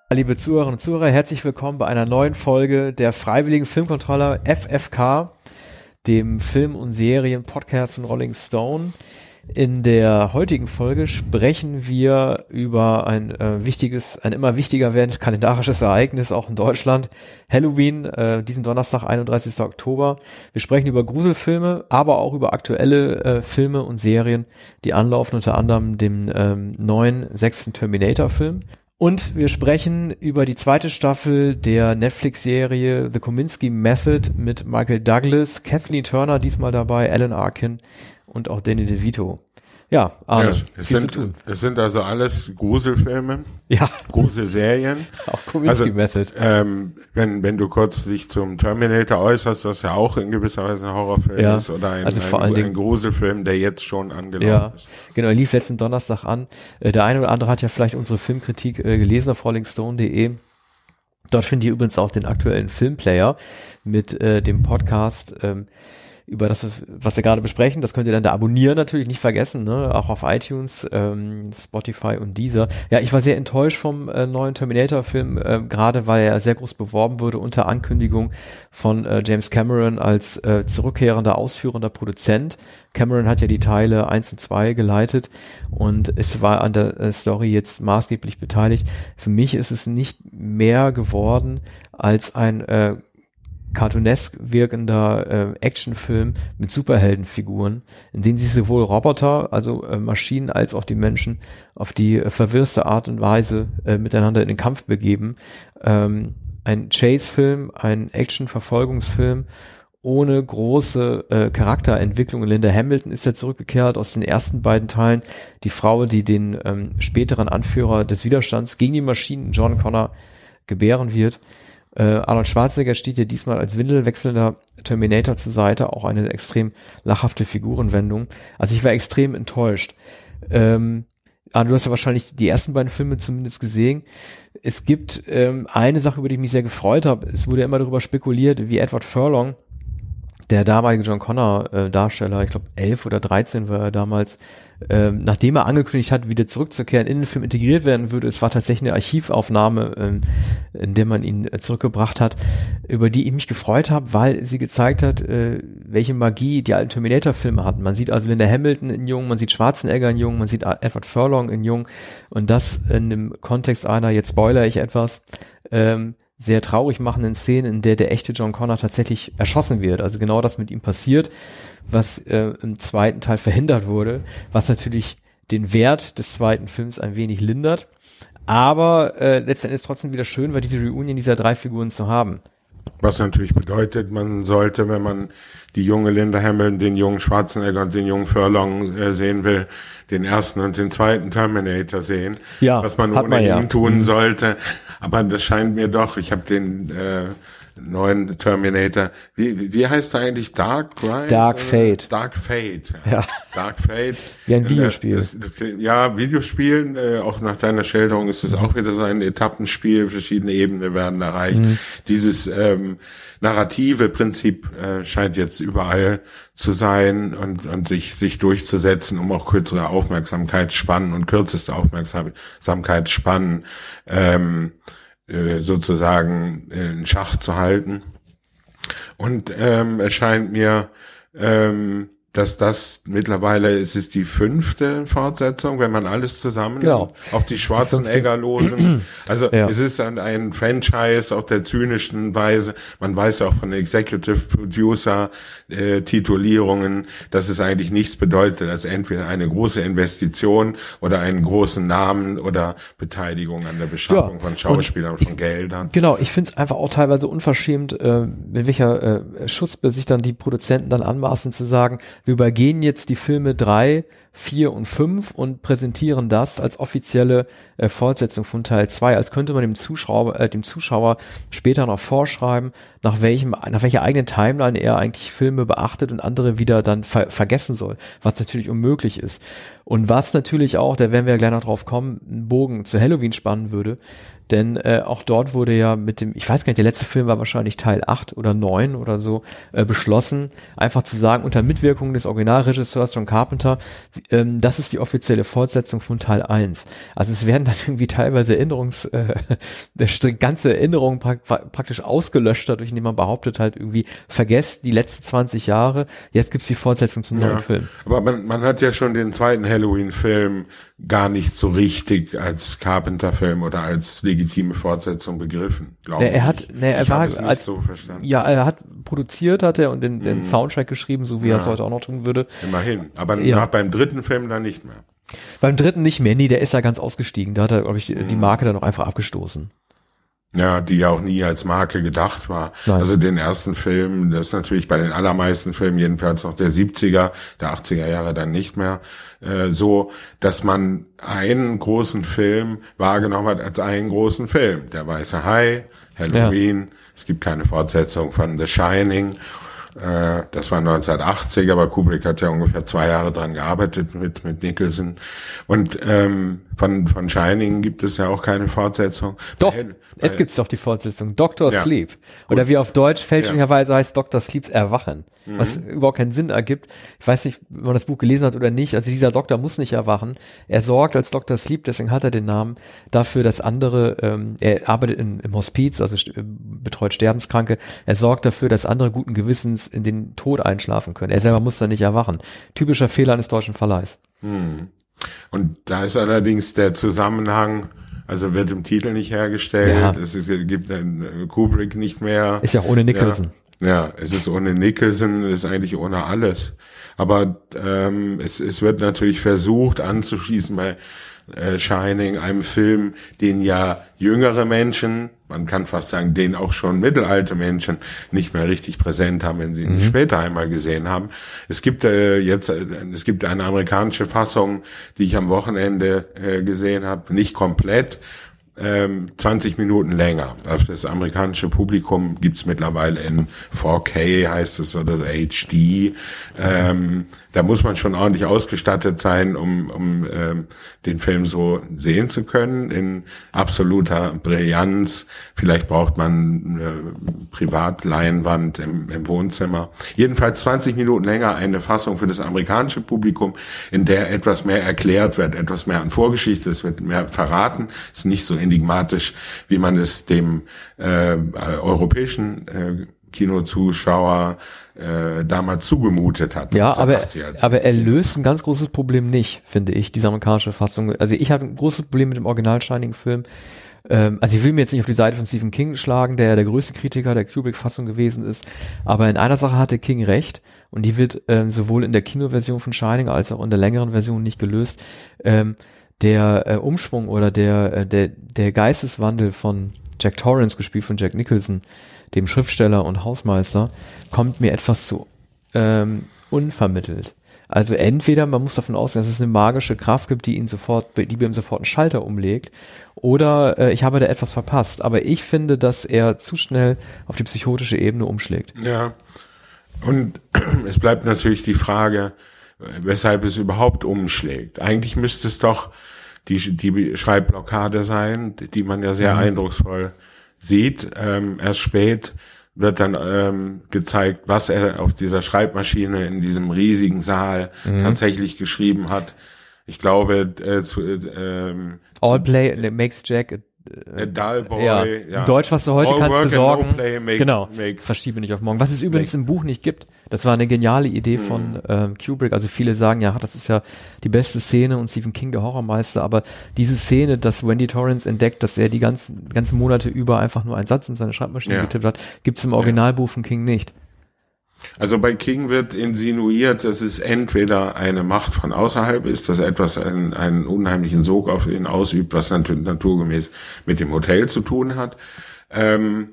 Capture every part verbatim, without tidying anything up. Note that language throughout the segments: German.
Liebe Zuhörerinnen und Zuhörer, herzlich willkommen bei einer neuen Folge der Freiwilligen Filmkontrolle F F K, dem Film- und Serien-Podcast von Rolling Stone. In der heutigen Folge sprechen wir über ein äh, wichtiges, ein immer wichtiger werdendes kalendarisches Ereignis, auch in Deutschland, Halloween, äh, diesen Donnerstag, einunddreißigsten Oktober. Wir sprechen über Gruselfilme, aber auch über aktuelle äh, Filme und Serien, die anlaufen, unter anderem dem ähm, neuen sechsten Terminator-Film. Und wir sprechen über die zweite Staffel der Netflix-Serie The Kominsky Method mit Michael Douglas, Kathleen Turner diesmal dabei, Alan Arkin und auch Danny DeVito. Ja, Arne, ja, es, sind, es sind also alles Gruselfilme, ja. Gruselserien. Auch Kominsky also, Method. Ähm, wenn, wenn du kurz dich zum Terminator äußerst, was ja auch in gewisser Weise ein Horrorfilm ja, ist oder ein, also vor ein, allen ein Dingen, Gruselfilm, der jetzt schon angelaufen ja, ist. Genau, er lief letzten Donnerstag an. Der eine oder andere hat ja vielleicht unsere Filmkritik äh, gelesen auf rolling stone punkt de. Dort findet ihr übrigens auch den aktuellen Filmplayer mit äh, dem Podcast ähm, über das, was wir gerade besprechen. Das könnt ihr dann da abonnieren, natürlich nicht vergessen, ne? Auch auf iTunes, ähm, Spotify und Deezer. Ja, ich war sehr enttäuscht vom äh, neuen Terminator-Film, äh, gerade weil er sehr groß beworben wurde unter Ankündigung von äh, James Cameron als äh, zurückkehrender, ausführender Produzent. Cameron hat ja die Teile eins und zwei geleitet und es war an der äh, Story jetzt maßgeblich beteiligt. Für mich ist es nicht mehr geworden als ein äh, cartoonesk wirkender äh, Actionfilm mit Superheldenfiguren, in denen sich sowohl Roboter, also äh, Maschinen, als auch die Menschen auf die äh, verwirrste Art und Weise äh, miteinander in den Kampf begeben. Ähm, ein Chase-Film, ein Action-Verfolgungsfilm ohne große äh, Charakterentwicklung. Linda Hamilton ist ja zurückgekehrt aus den ersten beiden Teilen. Die Frau, die den ähm, späteren Anführer des Widerstands gegen die Maschinen, John Connor, gebären wird. Äh, Arnold Schwarzenegger steht ja diesmal als windelwechselnder Terminator zur Seite, auch eine extrem lachhafte Figurenwendung. Also ich war extrem enttäuscht. Ähm, Arnold, du hast ja wahrscheinlich die ersten beiden Filme zumindest gesehen. Es gibt ähm, eine Sache, über die ich mich sehr gefreut habe. Es wurde ja immer darüber spekuliert, wie Edward Furlong, der damalige John Connor äh, Darsteller, ich glaube elf oder dreizehn war er damals, ähm, nachdem er angekündigt hat, wieder zurückzukehren, in den Film integriert werden würde. Es war tatsächlich eine Archivaufnahme, ähm, in der man ihn äh, zurückgebracht hat, über die ich mich gefreut habe, weil sie gezeigt hat, äh, welche Magie die alten Terminator-Filme hatten. Man sieht also Linda Hamilton in Jung, man sieht Schwarzenegger in Jung, man sieht Edward Furlong in Jung und das in dem Kontext einer, jetzt spoilere ich etwas, ähm, sehr traurig machenden Szenen, in der der echte John Connor tatsächlich erschossen wird. Also genau das mit ihm passiert, was äh, im zweiten Teil verhindert wurde, was natürlich den Wert des zweiten Films ein wenig lindert. Aber äh, letztendlich ist trotzdem wieder schön, weil diese Reunion dieser drei Figuren zu haben. Was natürlich bedeutet, man sollte, wenn man die junge Linda Hamilton, den jungen Schwarzenegger und den jungen Furlong äh, sehen will, den ersten und den zweiten Terminator sehen, ja, was man ohnehin ja. tun sollte. Aber das scheint mir doch, ich habe den äh, neuen Terminator, wie wie heißt er eigentlich? Dark Rise? Dark Fate. Dark Fate. Ja. Dark Fate. Wie ein Videospiel. Das, das, ja, Videospielen, äh, auch nach deiner Schilderung ist es auch wieder so ein Etappenspiel, verschiedene Ebenen werden erreicht. Mhm. Dieses ähm, narrative Prinzip äh, scheint jetzt überall zu sein und und sich sich durchzusetzen, um auch kürzere Aufmerksamkeitsspannen und kürzeste Aufmerksamkeitsspannen ähm, äh, sozusagen in Schach zu halten. Und ähm, es scheint mir, ähm, dass das mittlerweile, es ist die fünfte Fortsetzung, wenn man alles zusammen, genau. Auch die Schwarzenegger-Losen. Also ja. Es ist ein, ein Franchise auf der zynischen Weise. Man weiß auch von den Executive Producer äh, Titulierungen, dass es eigentlich nichts bedeutet, als entweder eine große Investition oder einen großen Namen oder Beteiligung an der Beschaffung ja. von Schauspielern und von ich, Geldern. Genau, ich finde es einfach auch teilweise unverschämt, äh, mit welcher äh, Schussbe sich dann die Produzenten dann anmaßen zu sagen, wir übergehen jetzt die Filme drei, vier und fünf und präsentieren das als offizielle äh, Fortsetzung von Teil zwei, als könnte man dem Zuschauer, äh, dem Zuschauer später noch vorschreiben, nach welchem, nach welcher eigenen Timeline er eigentlich Filme beachtet und andere wieder dann ver- vergessen soll, was natürlich unmöglich ist. Und was natürlich auch, da werden wir ja gleich noch drauf kommen, einen Bogen zu Halloween spannen würde, denn äh, auch dort wurde ja mit dem, ich weiß gar nicht, der letzte Film war wahrscheinlich Teil acht oder neun oder so, äh, beschlossen, einfach zu sagen, unter Mitwirkung Bemerkungen des Originalregisseurs John Carpenter, ähm, das ist die offizielle Fortsetzung von Teil eins. Also es werden dann irgendwie teilweise Erinnerungs, äh, der ganze Erinnerung pra praktisch ausgelöscht, dadurch, indem man behauptet halt irgendwie, vergesst die letzten zwanzig Jahre, jetzt gibt's die Fortsetzung zum ja, neuen Film. Aber man, man hat ja schon den zweiten Halloween-Film gar nicht so richtig als Carpenter-Film oder als legitime Fortsetzung begriffen, glaube ich. Er hat, ne, er ich war habe es nicht als, so verstanden. Ja, er hat produziert, hat er und den, den Mhm. Soundtrack geschrieben, so wie Ja. er es heute auch noch tun würde. Immerhin. Aber Ja. beim dritten Film dann nicht mehr. Beim dritten nicht mehr, nee, der ist ja ganz ausgestiegen. Da hat er, glaube ich, die, Mhm. die Marke dann auch einfach abgestoßen. Ja, die ja auch nie als Marke gedacht war. Nein. Also den ersten Film, das ist natürlich bei den allermeisten Filmen, jedenfalls noch der siebziger, der achtziger Jahre dann nicht mehr, äh, so, dass man einen großen Film wahrgenommen hat als einen großen Film. Der Weiße Hai, Halloween, ja. Es gibt keine Fortsetzung von The Shining. Äh, das war neunzehnhundertachtzig, aber Kubrick hat ja ungefähr zwei Jahre dran gearbeitet mit mit Nicholson. Und ähm, von von Shining gibt es ja auch keine Fortsetzung. Doch, bei, jetzt gibt's doch die Fortsetzung, Doctor Ja. Sleep. Oder Gut. wie auf Deutsch fälschlicherweise heißt Doctor Sleeps Erwachen. Mhm. Was überhaupt keinen Sinn ergibt. Ich weiß nicht, ob man das Buch gelesen hat oder nicht. Also dieser Doktor muss nicht erwachen. Er sorgt als Doktor Sleep, deswegen hat er den Namen, dafür, dass andere, ähm, er arbeitet in, im Hospiz, also st- betreut Sterbenskranke. Er sorgt dafür, dass andere guten Gewissens in den Tod einschlafen können. Er selber muss dann nicht erwachen. Typischer Fehler eines deutschen Verleihs. Hm. Und da ist allerdings der Zusammenhang, also wird im Titel nicht hergestellt, Ja. es ist, gibt einen Kubrick nicht mehr. Ist ja auch ohne Nicholson. Ja, ja, es ist ohne Nicholson, es ist eigentlich ohne alles. Aber ähm, es, es wird natürlich versucht anzuschließen bei äh, Shining, einem Film, den ja jüngere Menschen, man kann fast sagen, den auch schon mittelalte Menschen nicht mehr richtig präsent haben, wenn sie ihn Mhm. später einmal gesehen haben. Es gibt äh, jetzt, äh, es gibt eine amerikanische Fassung, die ich am Wochenende äh, gesehen habe, nicht komplett, ähm, zwanzig Minuten länger. Also das amerikanische Publikum gibt's mittlerweile in vier K, heißt es, oder H D. Ähm, da muss man schon ordentlich ausgestattet sein, um, um ähm, den Film so sehen zu können, in absoluter Brillanz. Vielleicht braucht man eine Privatleinwand im, im Wohnzimmer. Jedenfalls zwanzig Minuten länger eine Fassung für das amerikanische Publikum, in der etwas mehr erklärt wird, etwas mehr an Vorgeschichte, es wird mehr verraten, ist nicht so enigmatisch, wie man es dem äh, europäischen äh, Kinozuschauer äh, damals zugemutet hat. Ja, aber, neunzehnhundert achtzig, aber er Kino. löst ein ganz großes Problem nicht, finde ich, diese amerikanische Fassung. Also ich habe ein großes Problem mit dem Original Shining-Film. Ähm, also ich will mir jetzt nicht auf die Seite von Stephen King schlagen, der ja der größte Kritiker der Kubrick-Fassung gewesen ist. Aber in einer Sache hatte King recht und die wird ähm, sowohl in der Kinoversion von Shining als auch in der längeren Version nicht gelöst. Ähm, der äh, Umschwung oder der, äh, der, der Geisteswandel von Jack Torrance, gespielt von Jack Nicholson, dem Schriftsteller und Hausmeister, kommt mir etwas zu ähm, unvermittelt. Also entweder man muss davon ausgehen, dass es eine magische Kraft gibt, die ihn sofort, die bei ihm sofort einen Schalter umlegt, oder äh, ich habe da etwas verpasst. Aber ich finde, dass er zu schnell auf die psychotische Ebene umschlägt. Ja, und es bleibt natürlich die Frage, weshalb es überhaupt umschlägt. Eigentlich müsste es doch die, die Schreibblockade sein, die man ja sehr mhm. eindrucksvoll sieht. Ähm, erst spät wird dann ähm, gezeigt, was er auf dieser Schreibmaschine in diesem riesigen Saal mhm. tatsächlich geschrieben hat. Ich glaube, äh, zu, äh, ähm, All play makes Jack a, a dull boy. Ja. Ja. In Deutsch, was du heute All kannst work and besorgen. no play make, genau, makes, verschiebe nicht auf morgen. Was es übrigens im Buch nicht gibt. Das war eine geniale Idee von ähm, Kubrick. Also viele sagen, ja, das ist ja die beste Szene und Stephen King der Horrormeister. Aber diese Szene, dass Wendy Torrance entdeckt, dass er die ganzen, ganzen Monate über einfach nur einen Satz in seine Schreibmaschine ja. getippt hat, gibt es im Originalbuch von King nicht. Also bei King wird insinuiert, dass es entweder eine Macht von außerhalb ist, dass etwas einen, einen unheimlichen Sog auf ihn ausübt, was natürlich naturgemäß mit dem Hotel zu tun hat. Ähm,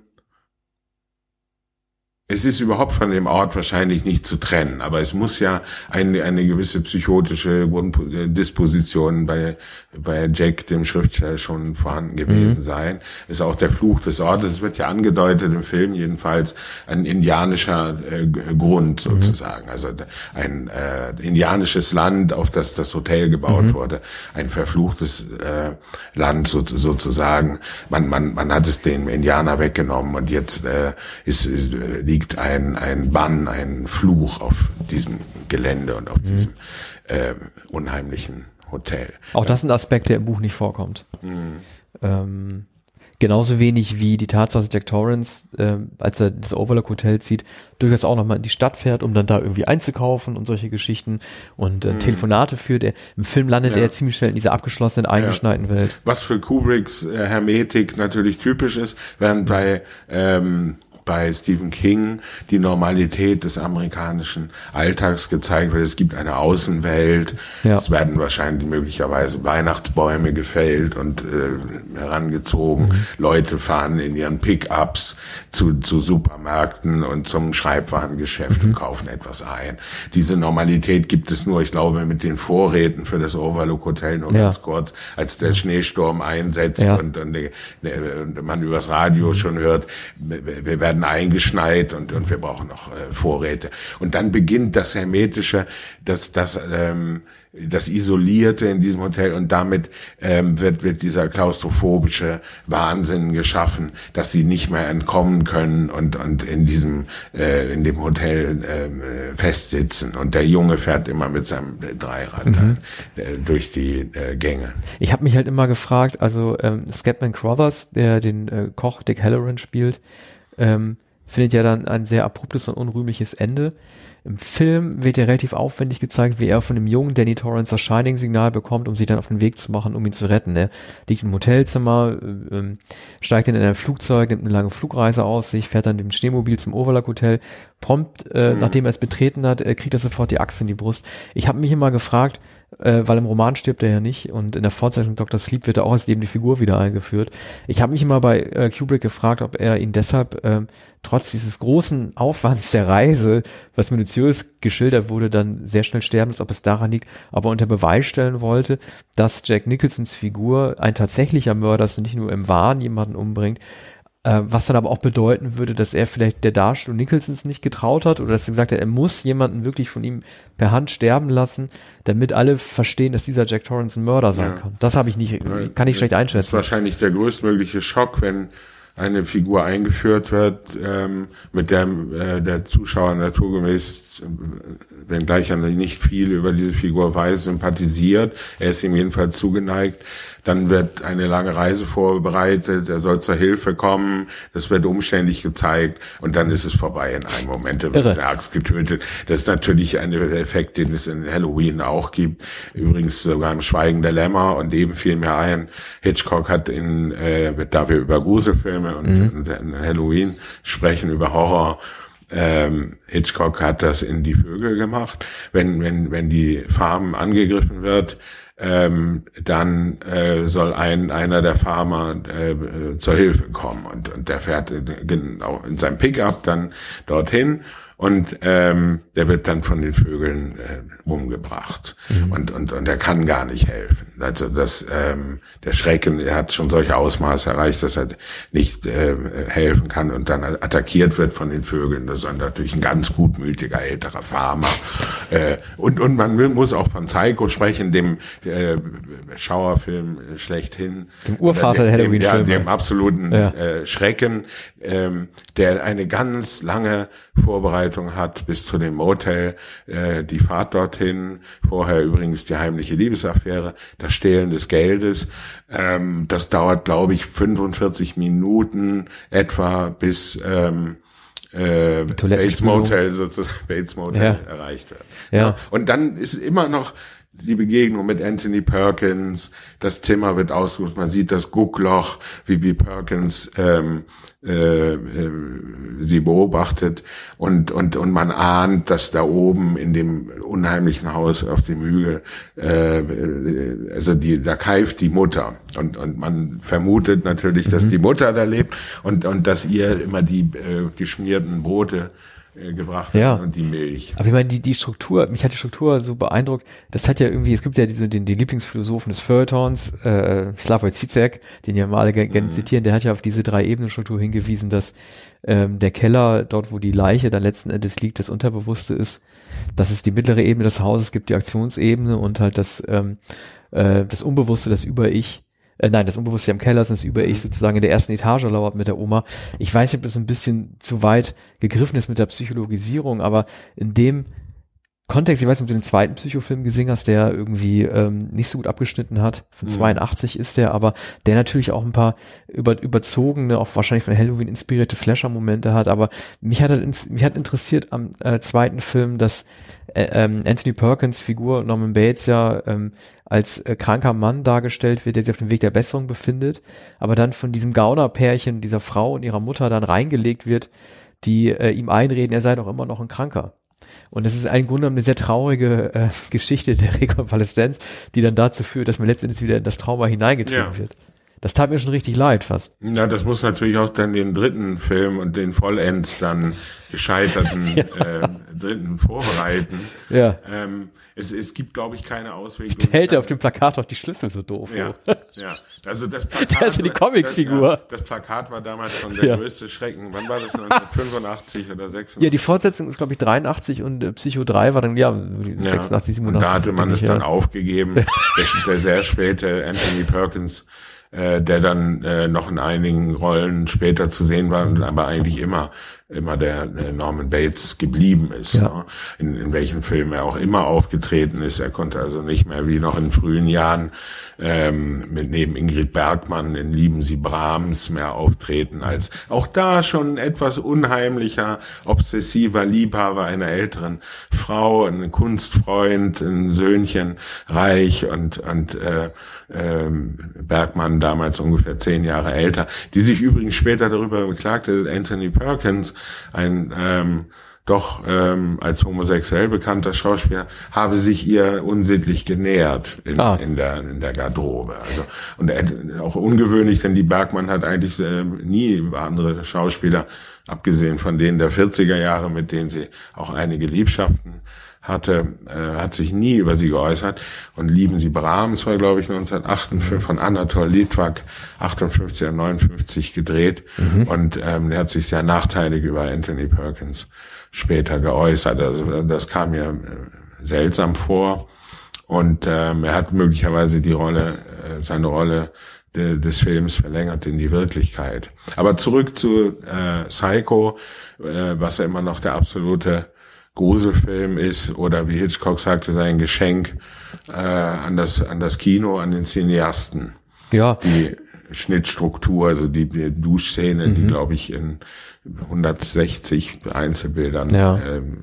es ist überhaupt von dem Ort wahrscheinlich nicht zu trennen, aber es muss ja eine, eine gewisse psychotische Disposition bei, bei Jack, dem Schriftsteller, schon vorhanden gewesen mhm. sein. Ist auch der Fluch des Ortes. Es wird ja angedeutet im Film jedenfalls ein indianischer äh, Grund sozusagen. Mhm. Also ein äh, indianisches Land, auf das das Hotel gebaut mhm. wurde. Ein verfluchtes äh, Land so, sozusagen. Man, man, man hat es den Indianer weggenommen und jetzt äh, ist, liegt liegt ein, ein Bann, ein Fluch auf diesem Gelände und auf mhm. diesem äh, unheimlichen Hotel. Auch das ist ein Aspekt, der im Buch nicht vorkommt. Mhm. Ähm, genauso wenig wie die Tatsache, dass Jack Torrance, ähm, als er das Overlook Hotel zieht, durchaus auch nochmal in die Stadt fährt, um dann da irgendwie einzukaufen und solche Geschichten und äh, mhm. Telefonate führt. Er, im Film landet ja. er ziemlich schnell in dieser abgeschlossenen, eingeschneiten ja. Welt. Was für Kubricks äh, Hermetik natürlich typisch ist, während bei ähm, bei Stephen King die Normalität des amerikanischen Alltags gezeigt wird. Es gibt eine Außenwelt, ja. es werden wahrscheinlich möglicherweise Weihnachtsbäume gefällt und äh, herangezogen. Mhm. Leute fahren in ihren Pickups zu, zu Supermärkten und zum Schreibwarengeschäft mhm. und kaufen etwas ein. Diese Normalität gibt es nur, ich glaube, mit den Vorräten für das Overlook Hotel nur ja. ganz kurz, als der Schneesturm einsetzt ja. und, und, und man übers Radio mhm. schon hört, wir werden eingeschneit und und wir brauchen noch äh, Vorräte. Und dann beginnt das Hermetische, das das ähm, das Isolierte in diesem Hotel und damit ähm, wird wird dieser klaustrophobische Wahnsinn geschaffen, dass sie nicht mehr entkommen können und und in diesem äh, in dem Hotel äh, festsitzen und der Junge fährt immer mit seinem Dreirad mhm. äh, durch die äh, Gänge. Ich habe mich halt immer gefragt, also ähm, Scatman Crothers, der den äh, Koch Dick Halloran spielt, Ähm, findet ja dann ein sehr abruptes und unrühmliches Ende. Im Film wird ja relativ aufwendig gezeigt, wie er von dem jungen Danny Torrance das Shining-Signal bekommt, um sich dann auf den Weg zu machen, um ihn zu retten. Er liegt im Hotelzimmer, ähm, steigt dann in ein Flugzeug, nimmt eine lange Flugreise aus sich, fährt dann mit dem Schneemobil zum Overlook Hotel. Prompt, äh, mhm. nachdem er es betreten hat, äh, kriegt er sofort die Axt in die Brust. Ich habe mich immer gefragt, Äh, weil im Roman stirbt er ja nicht und in der Fortsetzung Doktor Sleep wird er auch als lebende Figur wieder eingeführt. Ich habe mich immer bei äh, Kubrick gefragt, ob er ihn deshalb ähm, trotz dieses großen Aufwands der Reise, was minutiös geschildert wurde, dann sehr schnell sterben ist, ob es daran liegt, aber unter Beweis stellen wollte, dass Jack Nicholsons Figur ein tatsächlicher Mörder ist und nicht nur im Wahn jemanden umbringt, äh, was dann aber auch bedeuten würde, dass er vielleicht der Darstellung Nicholsons nicht getraut hat oder dass er gesagt hat, er muss jemanden wirklich von ihm per Hand sterben lassen, damit alle verstehen, dass dieser Jack Torrance ein Mörder sein ja. kann. Das habe ich nicht, kann ich schlecht einschätzen. Das ist wahrscheinlich der größtmögliche Schock, wenn eine Figur eingeführt wird, ähm, mit der äh, der Zuschauer naturgemäß, wenngleich er nicht viel über diese Figur weiß, sympathisiert. Er ist ihm jedenfalls zugeneigt. Dann wird eine lange Reise vorbereitet, er soll zur Hilfe kommen, das wird umständlich gezeigt und dann ist es vorbei in einem Moment, er wird mit der Axt getötet. Das ist natürlich ein Effekt, den es in Halloween auch gibt, übrigens sogar im Schweigen der Lämmer und eben fiel mir ein, Hitchcock hat in, äh, da wir über Gruselfilme und mhm. in Halloween sprechen, über Horror, Ähm, Hitchcock hat das in Die Vögel gemacht, wenn wenn wenn die Farm angegriffen wird, ähm, dann äh, soll ein einer der Farmer äh, zur Hilfe kommen und und der fährt genau in seinem Pickup dann dorthin und ähm, der wird dann von den Vögeln äh, umgebracht mhm. und und und er kann gar nicht helfen. Also das ähm, der Schrecken, er hat schon solche Ausmaße erreicht, dass er nicht äh, helfen kann und dann attackiert wird von den Vögeln. Das ist natürlich ein ganz gutmütiger älterer Farmer äh, und und man muss auch von Psycho sprechen, dem äh, Schauerfilm schlechthin, dem Urvater der Halloween-Filme, ja, dem absoluten ja. äh, Schrecken, ähm, der eine ganz lange Vorbereitung hat bis zu dem Motel, äh, die Fahrt dorthin, vorher übrigens die heimliche Liebesaffäre, das Stehlen des Geldes, ähm, das dauert, glaube ich, fünfundvierzig Minuten etwa, bis ähm, äh, Bates Motel sozusagen, Bates Motel ja. erreicht wird. Ja. Ja. Und dann ist immer noch die Begegnung mit Anthony Perkins, das Zimmer wird ausgesucht, man sieht das Guckloch, wie B. Perkins ähm, äh, äh, sie beobachtet und und und man ahnt, dass da oben in dem unheimlichen Haus auf dem Hügel, äh, also die da keift die Mutter und und man vermutet natürlich, dass mhm. die Mutter da lebt und und dass ihr immer die äh, geschmierten Brote gebracht ja. und die Milch. Aber ich meine, die, die Struktur, mich hat die Struktur so beeindruckt, das hat ja irgendwie, es gibt ja diese, den, den Lieblingsphilosophen des Feuilletons, äh, Slavoj Zizek, den ja mal alle gerne mhm. zitieren, der hat ja auf diese drei Ebenenstruktur hingewiesen, dass ähm, der Keller, dort wo die Leiche dann letzten Endes liegt, das Unterbewusste ist, dass es die mittlere Ebene des Hauses gibt, die Aktionsebene und halt das, ähm, äh, das Unbewusste, das Über-Ich, Äh, nein, das Unbewusste im Keller, das Über-Ich sozusagen in der ersten Etage lauert mit der Oma. Ich weiß nicht, ob das ein bisschen zu weit gegriffen ist mit der Psychologisierung, aber in dem Kontext, ich weiß nicht, ob du den zweiten Psychofilm gesehen hast, der irgendwie ähm, nicht so gut abgeschnitten hat. Von zweiundachtzig ist der, aber der natürlich auch ein paar über, überzogene, auch wahrscheinlich von Halloween inspirierte Slasher-Momente hat. Aber mich hat, halt, mich hat interessiert am äh, zweiten Film, dass äh, ähm, Anthony Perkins Figur Norman Bates ja ähm, als äh, kranker Mann dargestellt wird, der sich auf dem Weg der Besserung befindet, aber dann von diesem Gauner-Pärchen, dieser Frau und ihrer Mutter dann reingelegt wird, die äh, ihm einreden, er sei doch immer noch ein Kranker. Und das ist im Grunde eine sehr traurige äh, Geschichte der Rekonvaleszenz, die dann dazu führt, dass man letztendlich wieder in das Trauma hineingetrieben ja. wird. Das tat mir schon richtig leid fast. Ja, das muss natürlich auch dann den dritten Film und den vollends dann gescheiterten ja. äh, dritten vorbereiten. Ja. Ähm, es, es gibt, glaube ich, keine Ausweg. Der hält auf dem Plakat auch die Schlüssel so doof. Ja, ja. Also das Plakat. Das ist die Comicfigur. Das, ja, das Plakat war damals schon der ja. größte Schrecken. Wann war das? neunzehnhundertfünfundachtzig oder sechsundachtzig? Ja, die Fortsetzung ist, glaube ich, dreiundachtzig und äh, Psycho drei war dann, ja, sechsundachtzig, siebenundachtzig. Und da hatte man es ja. dann aufgegeben. der, der sehr späte Anthony Perkins, äh, der dann äh, noch in einigen Rollen später zu sehen war, aber eigentlich immer immer der, der Norman Bates geblieben ist, ja. ne? in, in welchen Filmen er auch immer aufgetreten ist. Er konnte also nicht mehr wie noch in frühen Jahren ähm, mit neben Ingrid Bergman in Lieben Sie Brahms mehr auftreten, als auch da schon etwas unheimlicher, obsessiver Liebhaber einer älteren Frau, ein Kunstfreund, ein Söhnchen, reich und und äh, äh, Bergman damals ungefähr zehn Jahre älter, die sich übrigens später darüber beklagte, Anthony Perkins, ein ähm, doch ähm, als homosexuell bekannter Schauspieler, habe sich ihr unsittlich genähert in, ah. in der in der Garderobe. Also und äh, auch ungewöhnlich, denn die Bergman hat eigentlich äh, nie über andere Schauspieler, abgesehen von denen der vierziger Jahre, mit denen sie auch einige Liebschaften hatte, äh, hat sich nie über sie geäußert. Und Lieben Sie Brahms war, glaube ich, neunzehnhundertachtundfünfzig von Anatol Litwak achtundfünfzig und neunundfünfzig gedreht. Mhm. Und ähm, der hat sich sehr nachteilig über Anthony Perkins später geäußert. Also das kam mir äh, seltsam vor. Und ähm, er hat möglicherweise die Rolle, äh, seine Rolle de, des Films verlängert in die Wirklichkeit. Aber zurück zu äh, Psycho, äh, was ja immer noch der absolute Gruselfilm ist, oder wie Hitchcock sagte, sein Geschenk äh, an das an das Kino, an den Cineasten. Ja. Die Schnittstruktur, also die, die Duschszene, mhm. die, glaube ich, in hundertsechzig Einzelbildern ja. ähm,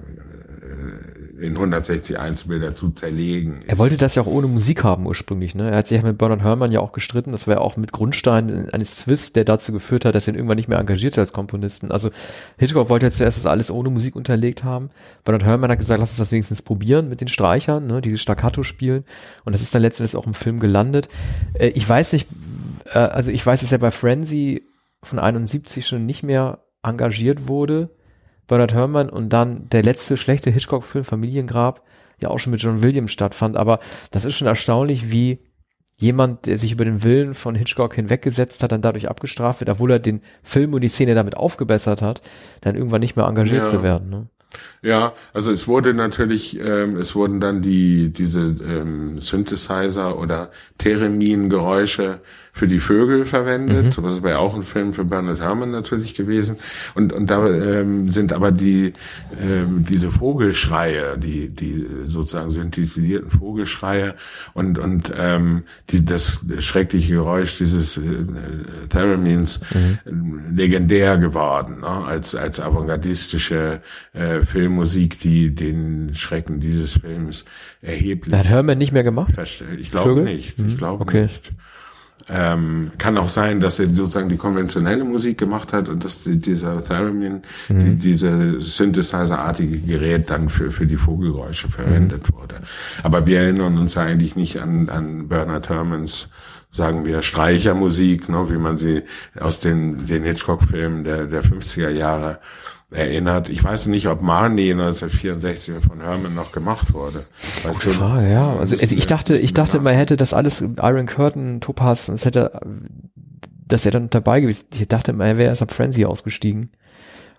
in hundertsechzig Einzelbilder zu zerlegen ist. Er wollte das ja auch ohne Musik haben ursprünglich, ne? Er hat sich ja mit Bernard Herrmann ja auch gestritten, das war ja auch mit Grundstein eines Twists, der dazu geführt hat, dass er ihn irgendwann nicht mehr engagiert hat als Komponisten. Also Hitchcock wollte ja zuerst das alles ohne Musik unterlegt haben. Bernard Herrmann hat gesagt, lass uns das wenigstens probieren mit den Streichern, ne? Dieses Staccato spielen. Und das ist dann letztendlich auch im Film gelandet. Äh, ich weiß nicht, äh, also ich weiß, dass er bei Frenzy von einundsiebzig schon nicht mehr engagiert wurde, Bernard Herrmann, und dann der letzte schlechte Hitchcock-Film Familiengrab ja auch schon mit John Williams stattfand, aber das ist schon erstaunlich, wie jemand, der sich über den Willen von Hitchcock hinweggesetzt hat, dann dadurch abgestraft wird, obwohl er den Film und die Szene damit aufgebessert hat, dann irgendwann nicht mehr engagiert ja. zu werden. Ne? Ja, also es wurde natürlich, ähm, es wurden dann die diese ähm, Synthesizer oder Theremin-Geräusche für die Vögel verwendet. Mhm. Das wäre auch ein Film für Bernard Herrmann natürlich gewesen. Und und da ähm, sind aber die ähm, diese Vogelschreie, die die sozusagen synthetisierten Vogelschreie und und ähm, die das schreckliche Geräusch dieses äh, Theremins mhm. äh, legendär geworden, ne? als als avantgardistische äh, Filmmusik, die den Schrecken dieses Films erheblich. Da hat Herrmann nicht mehr gemacht? Ich glaube nicht. Ich glaube okay. nicht. Ähm, kann auch sein, dass er sozusagen die konventionelle Musik gemacht hat und dass die, dieser Theremin, mhm. die, diese Synthesizer-artige Gerät dann für für die Vogelgeräusche verwendet mhm. wurde. Aber wir erinnern uns ja eigentlich nicht an an Bernard Herrmanns, sagen wir, Streichermusik, ne, wie man sie aus den den Hitchcock-Filmen der der fünfziger Jahre erinnert. Ich weiß nicht, ob Marnie neunzehnhundertvierundsechzig von Herrmann noch gemacht wurde. Weißt du, Frage, ja. Also, also ich dachte, ich dachte, man hätte das alles, Iron Curtain, Topaz, das hätte, das wäre dann dabei gewesen. Ich dachte, man wäre erst ab Frenzy ausgestiegen.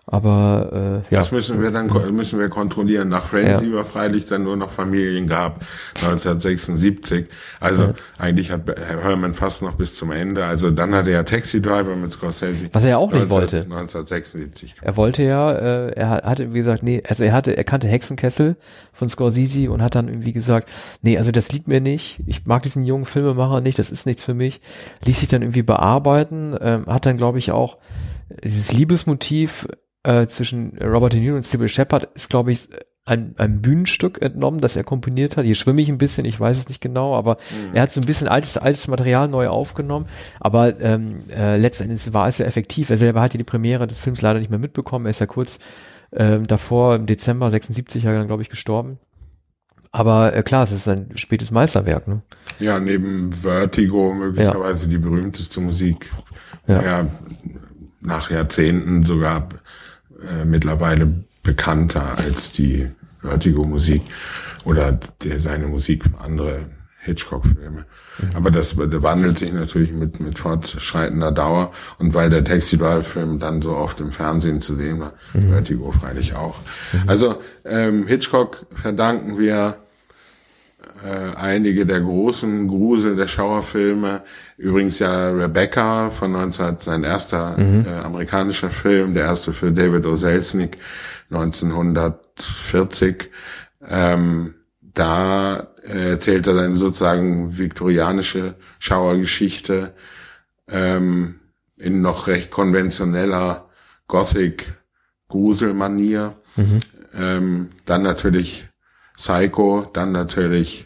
Aber äh, ja. Das müssen wir dann müssen wir kontrollieren. Nach Frenzy ja. war freilich dann nur noch Familien gab, neunzehnhundertsechsundsiebzig. Also ja. eigentlich hat Herrmann fast noch bis zum Ende. Also dann hatte er Taxi Driver mit Scorsese. Was er ja auch nicht wollte. neunzehnhundertsechsundsiebzig. Er wollte ja, äh, er hatte wie gesagt, nee, also er hatte, er kannte Hexenkessel von Scorsese und hat dann irgendwie gesagt, nee, also das liegt mir nicht. Ich mag diesen jungen Filmemacher nicht. Das ist nichts für mich. Ließ sich dann irgendwie bearbeiten. Ähm, hat dann, glaube ich, auch dieses Liebesmotiv Äh, zwischen Robert De Niro und Sybil Shepherd ist, glaube ich, ein, ein Bühnenstück entnommen, das er komponiert hat. Hier schwimme ich ein bisschen, ich weiß es nicht genau, aber mhm. er hat so ein bisschen altes, altes Material neu aufgenommen. Aber ähm, äh, letztendlich war es ja effektiv. Er selber hat ja die Premiere des Films leider nicht mehr mitbekommen. Er ist ja kurz ähm, davor, im Dezember sechsundsiebzig, ja dann, glaube ich, gestorben. Aber äh, klar, es ist ein spätes Meisterwerk. Ne? Ja, neben Vertigo möglicherweise ja. die berühmteste Musik. Ja. ja nach Jahrzehnten sogar äh, mittlerweile bekannter als die Vertigo-Musik oder der, seine Musik für andere Hitchcock-Filme. Mhm. Aber das wandelt sich natürlich mit mit fortschreitender Dauer und weil der Taxi-Driver-Film dann so oft im Fernsehen zu sehen war, mhm. Vertigo freilich auch. Mhm. Also ähm, Hitchcock verdanken wir äh, einige der großen Grusel der Schauerfilme. Übrigens ja Rebecca von neunzehn, sein erster mhm. äh, amerikanischer Film, der erste für David O. Selznick neunzehnhundertvierzig. Ähm, da äh, erzählt er seine sozusagen viktorianische Schauergeschichte ähm, in noch recht konventioneller Gothic-Gruselmanier. Mhm. Ähm, dann natürlich Psycho, dann natürlich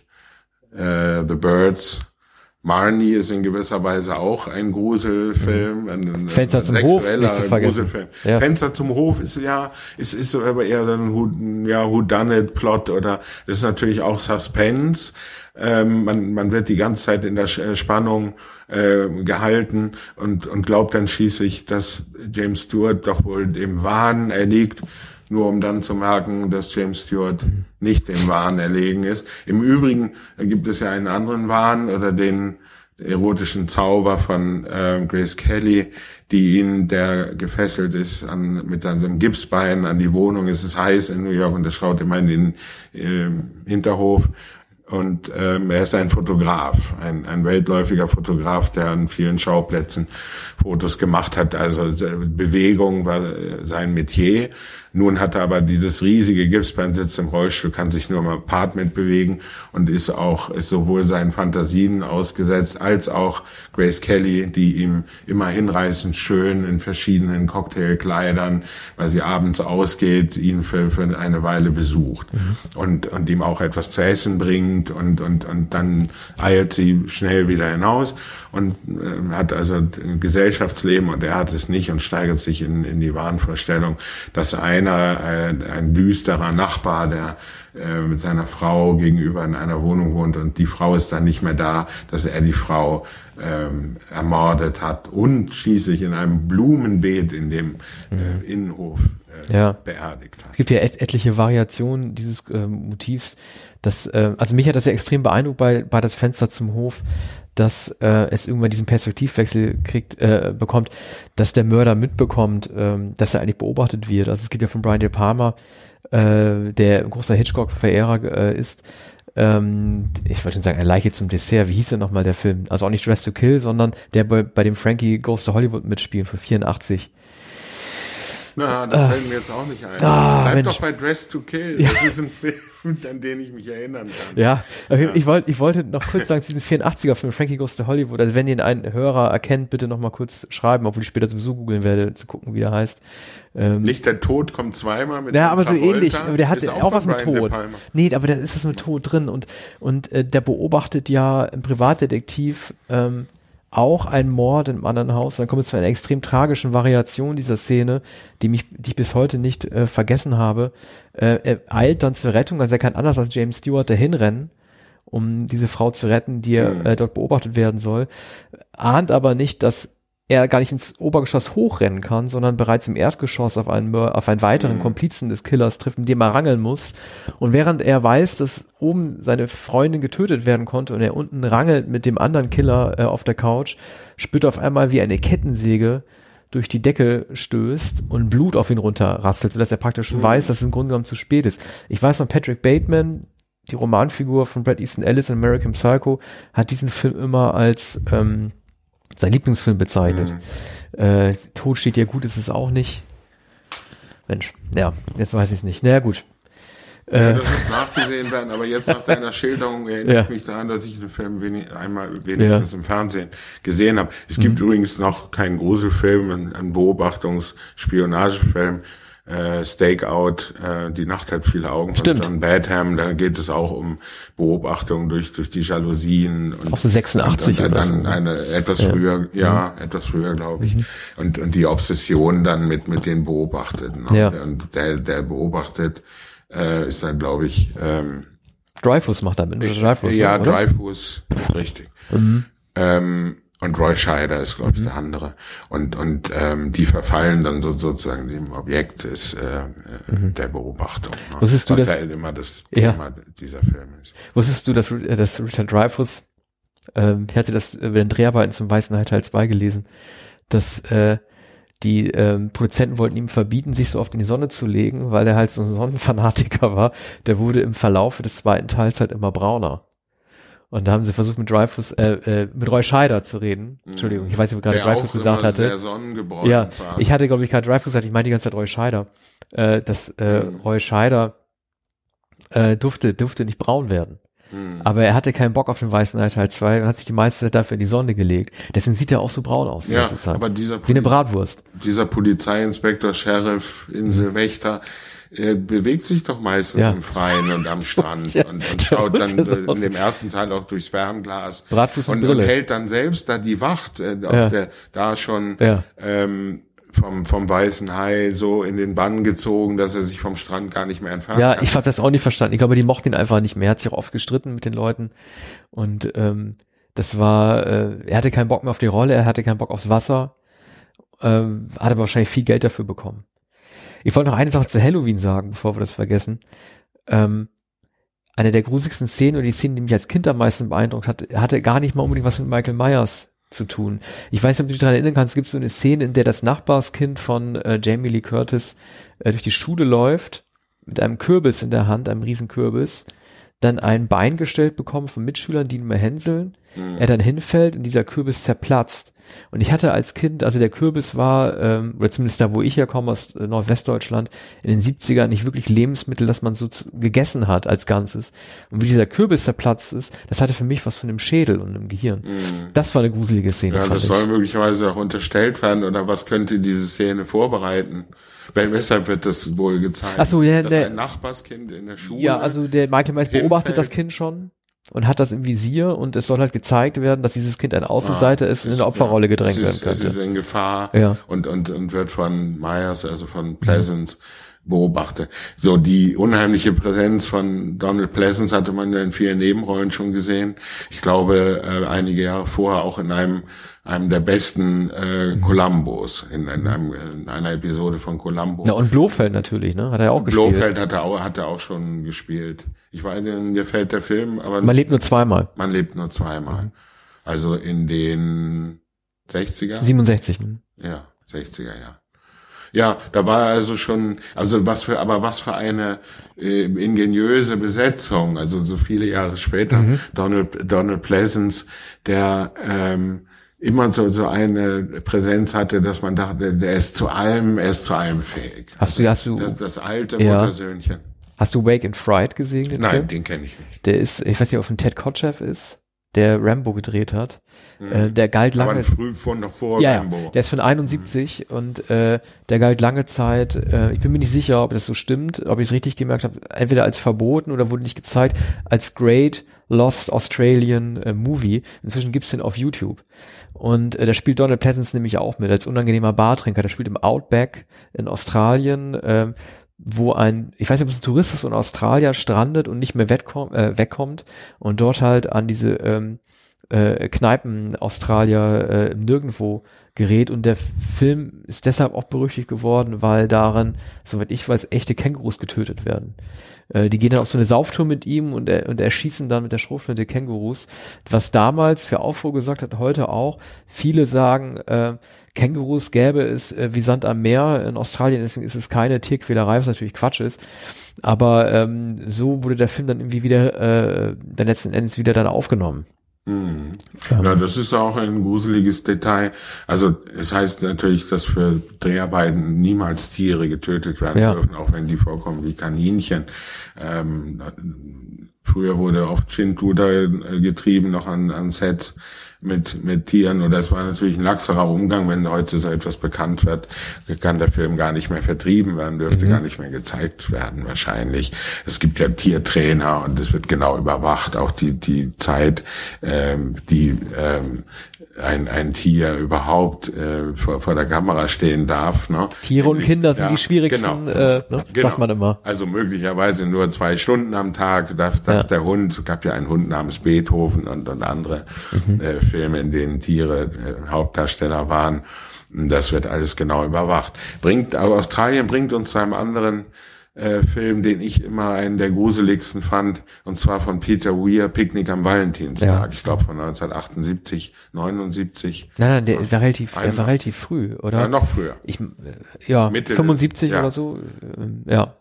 äh, The Birds. Marnie ist in gewisser Weise auch ein Gruselfilm, ein, ein, Fenster ein zum sexueller Hof, Gruselfilm. Ja. Fenster zum Hof ist ja, ist ist aber eher so ein Who, ja Whodunit Plot oder das ist natürlich auch Suspense. Ähm, man man wird die ganze Zeit in der Spannung äh, gehalten und und glaubt dann schließlich, dass James Stewart doch wohl dem Wahn erliegt. Nur um dann zu merken, dass James Stewart nicht dem Wahn erlegen ist. Im Übrigen gibt es ja einen anderen Wahn oder den erotischen Zauber von äh, Grace Kelly, die ihn, der gefesselt ist an, mit seinem Gipsbein an die Wohnung. Es ist heiß in New York und er schaut immer in den äh, Hinterhof. Und ähm, er ist ein Fotograf, ein, ein weltläufiger Fotograf, der an vielen Schauplätzen Fotos gemacht hat. Also Bewegung war sein Metier. Nun hat er aber dieses riesige Gipsbein, sitzt im Rollstuhl, kann sich nur im Apartment bewegen und ist auch ist sowohl seinen Fantasien ausgesetzt als auch Grace Kelly, die ihm immer hinreißend schön in verschiedenen Cocktailkleidern, weil sie abends ausgeht, ihn für, für eine Weile besucht mhm. und und ihm auch etwas zu essen bringt und und und dann eilt sie schnell wieder hinaus und äh, hat also ein Gesellschaftsleben und er hat es nicht und steigert sich in in die Wahnvorstellung, dass ein Ein, ein düsterer Nachbar, der äh, mit seiner Frau gegenüber in einer Wohnung wohnt und die Frau ist dann nicht mehr da, dass er die Frau ähm, ermordet hat und schließlich in einem Blumenbeet in dem äh, Innenhof äh, ja. beerdigt hat. Es gibt ja et etliche Variationen dieses äh, Motivs. Das, äh, also mich hat das ja extrem beeindruckt bei, bei das Fenster zum Hof, dass äh, es irgendwann diesen Perspektivwechsel kriegt, äh, bekommt, dass der Mörder mitbekommt, ähm, dass er eigentlich beobachtet wird. Also es geht ja von Brian De Palma, äh, der ein großer Hitchcock-Verehrer äh, ist. Ähm, ich wollte schon sagen, eine Leiche zum Dessert. Wie hieß denn nochmal der Film? Also auch nicht Dressed to Kill, sondern der bei, bei dem Frankie Goes to Hollywood mitspielt für vierundachtzig. Na, das fällt mir jetzt auch nicht ein. Ah, Bleib Mensch. doch bei Dressed to Kill. Ja. Das ist ein Film, an den ich mich erinnern kann. Ja, okay, Ja. ich wollte ich wollte noch kurz sagen, zu diesem vierundachtziger-Film Frankie Goes to Hollywood, also wenn ihr einen Hörer erkennt, bitte noch mal kurz schreiben, obwohl ich später sowieso googeln werde, zu gucken, wie der heißt. Ähm, Nicht der Tod kommt zweimal mit ja, dem aber so Travolta. ähnlich, aber der hat Ist auch, was von mit Brian De Tod. Palma. Nee, aber da ist es mit Tod drin und und äh, der beobachtet ja im Privatdetektiv ähm, auch einen Mord in einem anderen Haus. Dann kommt es zu einer extrem tragischen Variation dieser Szene, die mich, die ich bis heute nicht äh, vergessen habe. Äh, er eilt dann zur Rettung, also er kann anders als James Stewart dahin rennen, um diese Frau zu retten, die Mhm. äh, dort beobachtet werden soll, ahnt aber nicht, dass er gar nicht ins Obergeschoss hochrennen kann, sondern bereits im Erdgeschoss auf einen, Mör- auf einen weiteren Mhm. Komplizen des Killers trifft, mit dem er rangeln muss. Und während er weiß, dass oben seine Freundin getötet werden konnte und er unten rangelt mit dem anderen Killer äh, auf der Couch, spürt er auf einmal, wie eine Kettensäge durch die Decke stößt und Blut auf ihn runterrastelt, sodass er praktisch schon mhm. weiß, dass es im Grunde genommen zu spät ist. Ich weiß noch, Patrick Bateman, die Romanfigur von Bret Easton Ellis in American Psycho, hat diesen Film immer als ähm, sein Lieblingsfilm bezeichnet. Mhm. Äh, Tod steht ja gut, ist es auch nicht. Mensch, ja, jetzt weiß ich es nicht. Naja, gut. Ja, das muss nachgesehen werden, aber jetzt nach deiner Schilderung erinnere ich ja. mich daran, dass ich den Film wenig, einmal wenigstens ja. im Fernsehen gesehen habe. Es gibt mhm. übrigens noch keinen Gruselfilm, einen, einen Beobachtungs-Spionagefilm, äh, Stakeout, äh, die Nacht hat viele Augen von John Badham, da geht es auch um Beobachtung durch durch die Jalousien. Und, auch so sechsundachtzig und, und, oder dann so. Eine, etwas ja. früher, ja, mhm. etwas früher, glaube ich. Mhm. Und und die Obsession dann mit mit den Beobachteten. Ja. Und der, der beobachtet, Äh, ist dann, glaube ich, ähm, Dreyfuss macht damit. Dreyfuss, ja, ne, Dreyfuss, richtig. Mhm. Ähm, und Roy Scheider ist, glaube ich, mhm. der andere. Und und ähm, die verfallen dann so, sozusagen dem Objekt des äh, mhm. der Beobachtung. Ne? Wusstest du, was dass, ja immer das Thema ja. dieser Film ist. Wusstest du, dass, dass Richard Dreyfuss, ähm, ich hatte das über den Dreharbeiten zum Weißen Hai Teil zwei gelesen, dass äh, die ähm, Produzenten wollten ihm verbieten, sich so oft in die Sonne zu legen, weil er halt so ein Sonnenfanatiker war. Der wurde im Verlauf des zweiten Teils halt immer brauner. Und da haben sie versucht, mit Dreyfuss, äh, äh, mit Roy Scheider zu reden. Entschuldigung, ich weiß nicht, ob ich gerade Dreyfuss gesagt hatte. Sehr sonnengebräunt ja, war. Ich hatte, glaube ich, gerade Dreyfuss gesagt, ich meinte die ganze Zeit Roy Scheider. Äh, dass äh, mhm. Roy Scheider äh, durfte, durfte nicht braun werden. Aber er hatte keinen Bock auf den Weißen Hai Teil zwei und hat sich die meiste Zeit dafür in die Sonne gelegt. Deswegen sieht er auch so braun aus die ja, ganze Zeit. Aber dieser wie eine Bratwurst. Dieser Polizeiinspektor, Sheriff, Inselwächter, er bewegt sich doch meistens ja. im Freien und am Strand ja, und, und schaut dann ja in dem ersten Teil auch durchs Fernglas Bratwurst und, und, und hält dann selbst da die Wacht, äh, auf ja. der da schon ja. ähm, vom vom Weißen Hai so in den Bann gezogen, dass er sich vom Strand gar nicht mehr entfernt Ja, kann. ich habe das auch nicht verstanden. Ich glaube, die mochten ihn einfach nicht mehr. Er hat sich auch oft gestritten mit den Leuten und ähm, das war, äh, er hatte keinen Bock mehr auf die Rolle, er hatte keinen Bock aufs Wasser, ähm, hat aber wahrscheinlich viel Geld dafür bekommen. Ich wollte noch eine Sache zu Halloween sagen, bevor wir das vergessen. Ähm, eine der gruseligsten Szenen oder die Szene, die mich als Kind am meisten beeindruckt hat, hatte gar nicht mal unbedingt was mit Michael Myers zu tun. Ich weiß nicht, ob du dich daran erinnern kannst, es gibt so eine Szene, in der das Nachbarskind von äh, Jamie Lee Curtis äh, durch die Schule läuft, mit einem Kürbis in der Hand, einem riesen Kürbis, dann ein Bein gestellt bekommen von Mitschülern, die ihn mal hänseln, mhm. er dann hinfällt und dieser Kürbis zerplatzt. Und ich hatte als Kind, also der Kürbis war, ähm, oder zumindest da, wo ich herkomme, aus äh, Nordwestdeutschland, in den siebzigern nicht wirklich Lebensmittel, das man so zu, gegessen hat als Ganzes. Und wie dieser Kürbis zerplatzt ist, das hatte für mich was von einem Schädel und einem Gehirn. Mhm. Das war eine gruselige Szene. Ja, das ich. soll möglicherweise auch unterstellt werden, oder was könnte diese Szene vorbereiten? Weil, weshalb wird das wohl gezeigt? Ach so, ja, dass der, ein Nachbarskind in der Schule. Ja, also der Michael Myers beobachtet das Kind schon und hat das im Visier und es soll halt gezeigt werden, dass dieses Kind ein Außenseiter ah, ist und in eine Opferrolle ja, gedrängt es ist, werden könnte. Es ist in Gefahr ja. und, und, und wird von Myers, also von Pleasance, mhm. beobachtet. So, die unheimliche Präsenz von Donald Pleasance hatte man ja in vielen Nebenrollen schon gesehen. Ich glaube, äh, einige Jahre vorher auch in einem einem der besten äh, Columbos, in, in, einem, in einer Episode von Columbo. Ja, und Blofeld natürlich, ne? Hat er auch Blofeld gespielt. Blofeld hat er auch, hat er auch schon gespielt. Ich weiß nicht, mir fällt der Film, aber... Man lebt nur zweimal. Man lebt nur zweimal. Mhm. Also in den sechziger? siebenundsechzig. Ja, sechziger, ja. Ja, da war er also schon, also was für, aber was für eine äh, ingeniöse Besetzung, also so viele Jahre später, mhm. Donald, Donald Pleasance, der ähm, immer so so eine Präsenz hatte, dass man dachte, der ist zu allem, er ist zu allem fähig. Hast du, hast du das, das alte ja. Muttersöhnchen. Hast du Wake in Fright gesehen? Den Nein, Film? den kenne ich nicht. Der ist, ich weiß nicht, ob ein Ted Kotcheff ist, der Rambo gedreht hat. Mhm. Äh, der galt lange. Aber früh von davor ja, Rambo. Der ist von einundsiebzig mhm. und äh, der galt lange Zeit. Äh, ich bin mir nicht sicher, ob das so stimmt, ob ich es richtig gemerkt habe. Entweder als verboten oder wurde nicht gezeigt als Great Lost Australian äh, Movie. Inzwischen gibt's den auf YouTube. Und äh, da spielt Donald Pleasance nämlich auch mit als unangenehmer Bartrinker. Der spielt im Outback in Australien. Ähm, wo ein, ich weiß nicht, ob es ein Tourist ist, in Australien strandet und nicht mehr wegkommt, äh, wegkommt und dort halt an diese ähm, äh, Kneipen-Australier äh, nirgendwo gerät und der Film ist deshalb auch berüchtigt geworden, weil darin, soweit ich weiß, echte Kängurus getötet werden. Äh, die gehen dann auf so eine Sauftour mit ihm und, er, und erschießen dann mit der Schrotflinte Kängurus, was damals für Aufruhr gesorgt hat, heute auch. Viele sagen, äh, Kängurus gäbe es äh, wie Sand am Meer in Australien, deswegen ist es keine Tierquälerei, was natürlich Quatsch ist. Aber ähm, so wurde der Film dann irgendwie wieder, äh, dann letzten Endes wieder dann aufgenommen. Hm. Ja, das ist auch ein gruseliges Detail. Also es heißt natürlich, dass für Dreharbeiten niemals Tiere getötet werden ja. dürfen, auch wenn die vorkommen wie Kaninchen. Ähm, früher wurde oft Schindluder getrieben, noch an, an Sets mit mit Tieren, oder es war natürlich ein laxerer Umgang. Wenn heute so etwas bekannt wird, kann der Film gar nicht mehr vertrieben werden, dürfte mhm. gar nicht mehr gezeigt werden wahrscheinlich. Es gibt ja Tiertrainer und es wird genau überwacht, auch die die Zeit, ähm, die ähm, ein ein Tier überhaupt äh, vor, vor der Kamera stehen darf. Ne? Tiere und Kinder sind ja, die schwierigsten, genau, äh, ne? genau. sagt man immer. Also möglicherweise nur zwei Stunden am Tag darf, darf ja. der Hund, gab ja einen Hund namens Beethoven und, und andere mhm. äh, Filme, in denen Tiere äh, Hauptdarsteller waren. Das wird alles genau überwacht. Bringt, aber Australien bringt uns zu einem anderen äh, Film, den ich immer einen der gruseligsten fand, und zwar von Peter Weir, Picknick am Valentinstag. Ja. Ich glaube von neunzehnhundertachtundsiebzig, neunundsiebzig. Nein, nein, der war relativ, der war relativ früh, oder? Ja, noch früher. Ich, äh, ja, Mitte, fünfundsiebzig ja. oder so, äh, ja.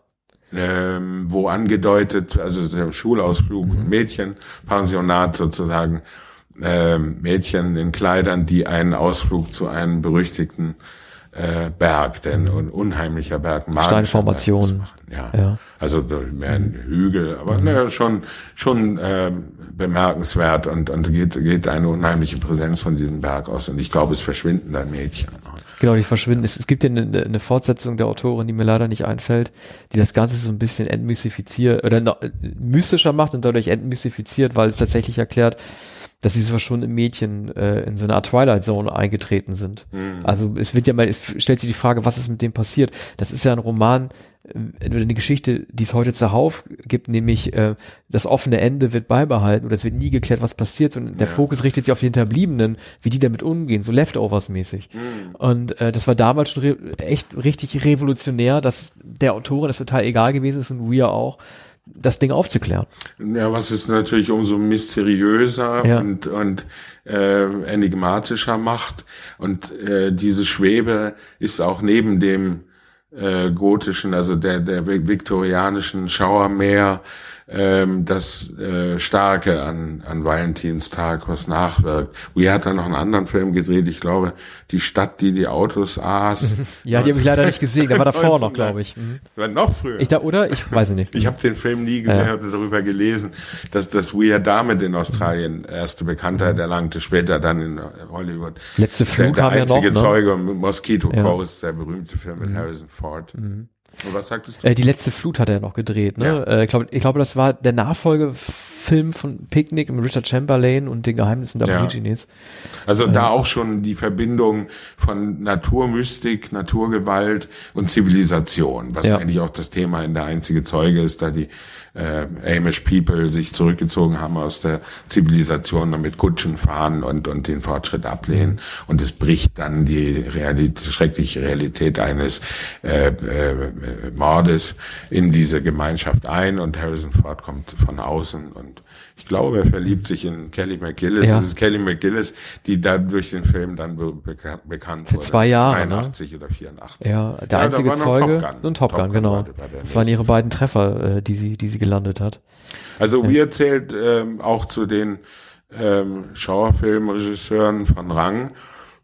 Ähm, wo angedeutet, also der Schulausflug, mhm. Mädchen, Pensionat sozusagen, ähm, Mädchen in Kleidern, die einen Ausflug zu einem berüchtigten äh, Berg, denn ein unheimlicher Berg, Steinformation, ja. ja, also mehr ein Hügel, aber mhm. naja, schon schon äh, bemerkenswert, und und geht geht eine unheimliche Präsenz von diesem Berg aus, und ich glaube, es verschwinden dann Mädchen. Genau, die verschwinden. Es, es gibt ja eine, eine Fortsetzung der Autorin, die mir leider nicht einfällt, die das Ganze so ein bisschen entmystifiziert oder no, mystischer macht und dadurch entmystifiziert, weil es tatsächlich erklärt, dass diese verschwundenen Mädchen äh, in so eine Art Twilight Zone eingetreten sind. Mhm. Also es wird ja mal, es stellt sich die Frage, was ist mit dem passiert? Das ist ja ein Roman, äh, eine Geschichte, die es heute zuhauf gibt, nämlich äh, das offene Ende wird beibehalten oder es wird nie geklärt, was passiert, und der ja. Fokus richtet sich auf die Hinterbliebenen, wie die damit umgehen, so Leftovers-mäßig. Mhm. Und äh, das war damals schon re- echt richtig revolutionär, dass der Autorin das total egal gewesen ist und wir auch, das Ding aufzuklären. Ja, was es natürlich umso mysteriöser ja. und und äh, enigmatischer macht. Und äh, diese Schwebe ist auch neben dem äh, gotischen, also der der viktorianischen Schauermeer, ähm, das äh, Starke an an Valentinstag, was nachwirkt. Weir hat dann noch einen anderen Film gedreht, ich glaube, Die Stadt, die die Autos aß. Ja, die habe ich leider nicht gesehen, der war davor noch, glaube ich. Mhm. War noch früher. Ich da, oder? Ich weiß nicht. Ich habe den Film nie gesehen, ja. habe darüber gelesen, dass das Weir damit in Australien erste Bekanntheit erlangte, später dann in Hollywood. Letzte Flug der, haben der wir noch, einzige ne? Zeuge, Mosquito ja. Coast, der berühmte Film mit mhm. Harrison Ford. Mhm. Und was sagtest du? Äh, die letzte Flut hat er noch gedreht, ne? Ja. Äh, ich glaube, ich glaube, das war der Nachfolgefilm von Picnic mit Richard Chamberlain und den Geheimnissen der Aborigines. Ja. Also äh, da auch schon die Verbindung von Naturmystik, Naturgewalt und Zivilisation, was ja. eigentlich auch das Thema in Der einzige Zeuge ist, da die äh, Amish People sich zurückgezogen haben aus der Zivilisation und mit Kutschen fahren und und den Fortschritt ablehnen, und es bricht dann die Realität, schreckliche Realität eines äh, äh, Mordes in diese Gemeinschaft ein, und Harrison Ford kommt von außen, und ich glaube, er verliebt sich in Kelly McGillis. Ja. Das ist Kelly McGillis, die da durch den Film dann be- bekan- bekannt Für wurde. zwei Jahre, dreiundachtzig ne? oder vierundachtzig. Ja, der ja, einzige Zeuge Top und Top Gun, Top Gun genau. Das waren ihre beiden Treffer, äh, die sie, die sie gelandet hat. Also Weir zählt ähm, auch zu den ähm, Schauerfilmregisseuren von Rang.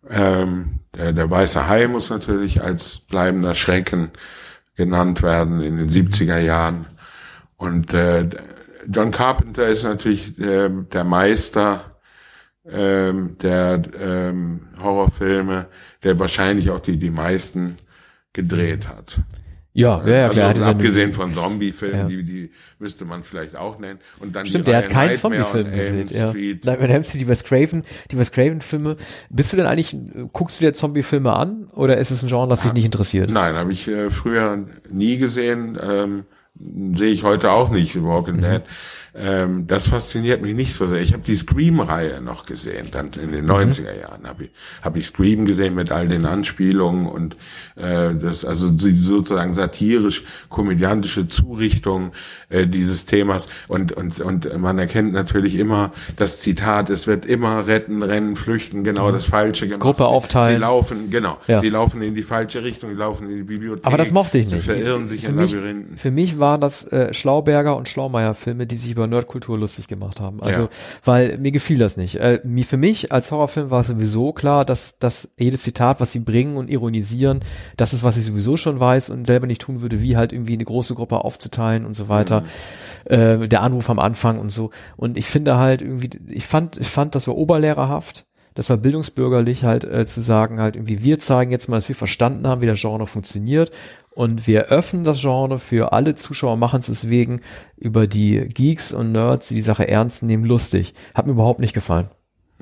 Ähm, der, der Weiße Hai muss natürlich als bleibender Schrecken genannt werden in den siebziger Jahren. Und äh, John Carpenter ist natürlich äh, der Meister ähm, der ähm, Horrorfilme, der wahrscheinlich auch die die meisten gedreht hat. Ja, ja, ja, klar. Also abgesehen von Zombie-Filmen, ja. die die müsste man vielleicht auch nennen. Und dann Stimmt, die der hat keinen Nightmare Zombie-Film gedreht. Ja. Street. Nightmare on Elm Street, die Wes Craven, die Wes Craven-Filme. Bist du denn eigentlich, guckst du dir Zombie-Filme an oder ist es ein Genre, das dich nicht interessiert? Nein, habe ich äh, früher nie gesehen. Ähm, sehe ich heute auch nicht, Walking Mhm. Dead. Ähm, das fasziniert mich nicht so sehr. Ich habe die Scream-Reihe noch gesehen, dann in den neunziger Jahren habe ich, hab ich Scream gesehen mit all den Anspielungen und äh, das, also die sozusagen satirisch-komödiantische Zurichtung äh, dieses Themas und und und man erkennt natürlich immer das Zitat: Es wird immer retten, rennen, flüchten, genau das Falsche gemacht. Gruppe aufteilen. Sie laufen, genau, Ja. sie laufen in die falsche Richtung, sie laufen in die Bibliothek. Aber das mochte ich nicht. Sie verirren sich für in mich, Labyrinthen. Für mich waren das äh, Schlauberger und Schlaumeier-Filme, die sich über Nerdkultur lustig gemacht haben. Also, Ja. weil mir gefiel das nicht. Äh, mir, für mich als Horrorfilm war sowieso klar, dass, dass jedes Zitat, was sie bringen und ironisieren, das ist, was ich sowieso schon weiß und selber nicht tun würde, wie halt irgendwie eine große Gruppe aufzuteilen und so weiter. Mhm. Äh, der Anruf am Anfang und so. Und ich finde halt irgendwie, ich fand, ich fand, das war oberlehrerhaft. Das war bildungsbürgerlich halt äh, zu sagen halt irgendwie, wir zeigen jetzt mal, dass wir verstanden haben, wie das Genre funktioniert und wir öffnen das Genre für alle Zuschauer, machen es deswegen über die Geeks und Nerds, die die Sache ernst nehmen, lustig. Hat mir überhaupt nicht gefallen.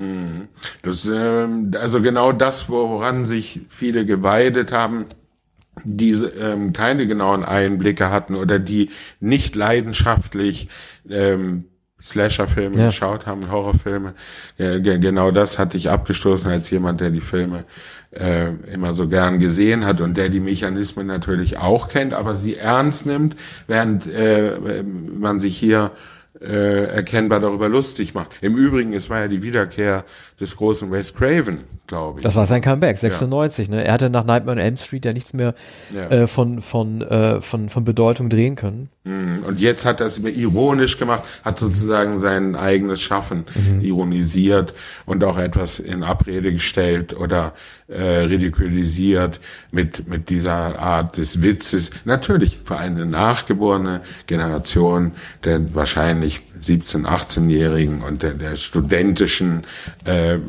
Das, ähm, also genau das, woran sich viele geweidet haben, die ähm, keine genauen Einblicke hatten oder die nicht leidenschaftlich ähm, Slasher-Filme Ja. geschaut haben, Horrorfilme. Äh, ge- genau das hatte ich abgestoßen als jemand, der die Filme äh, immer so gern gesehen hat und der die Mechanismen natürlich auch kennt, aber sie ernst nimmt, während äh, man sich hier äh, erkennbar darüber lustig macht. Im Übrigen, es war ja die Wiederkehr des großen Wes Craven, glaube ich. Das war sein Comeback, sechsundneunzig. Ne? Er hatte nach Nightmare on Elm Street ja nichts mehr Ja. äh, von, von, äh, von, von Bedeutung drehen können. Und jetzt hat er es ironisch gemacht, hat sozusagen sein eigenes Schaffen Mhm. ironisiert und auch etwas in Abrede gestellt oder äh, ridikulisiert mit mit dieser Art des Witzes. Natürlich für eine nachgeborene Generation der wahrscheinlich siebzehn-, achtzehnjährigen und der, der studentischen äh,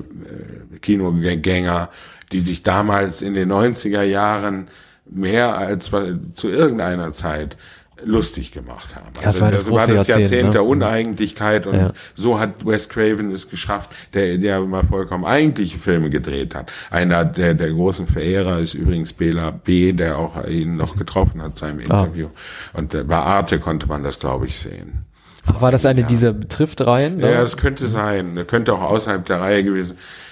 Kinogänger, die sich damals in den neunziger Jahren mehr als zu irgendeiner Zeit lustig gemacht haben. Ja, das Also war das das war große das Jahrzehnt, Jahrzehnt ne? der Uneigentlichkeit und Ja. so hat Wes Craven es geschafft, der der mal vollkommen eigentliche Filme gedreht hat. Einer der der großen Verehrer ist übrigens Bela B., der auch ihn noch getroffen hat, seinem Interview. Ah. Und äh, bei Arte konnte man das, glaube ich, sehen. Ach, war das eine Ja. dieser Triftreihen? Ne? Ja, das könnte sein. Das könnte auch außerhalb der Reihe gewesen.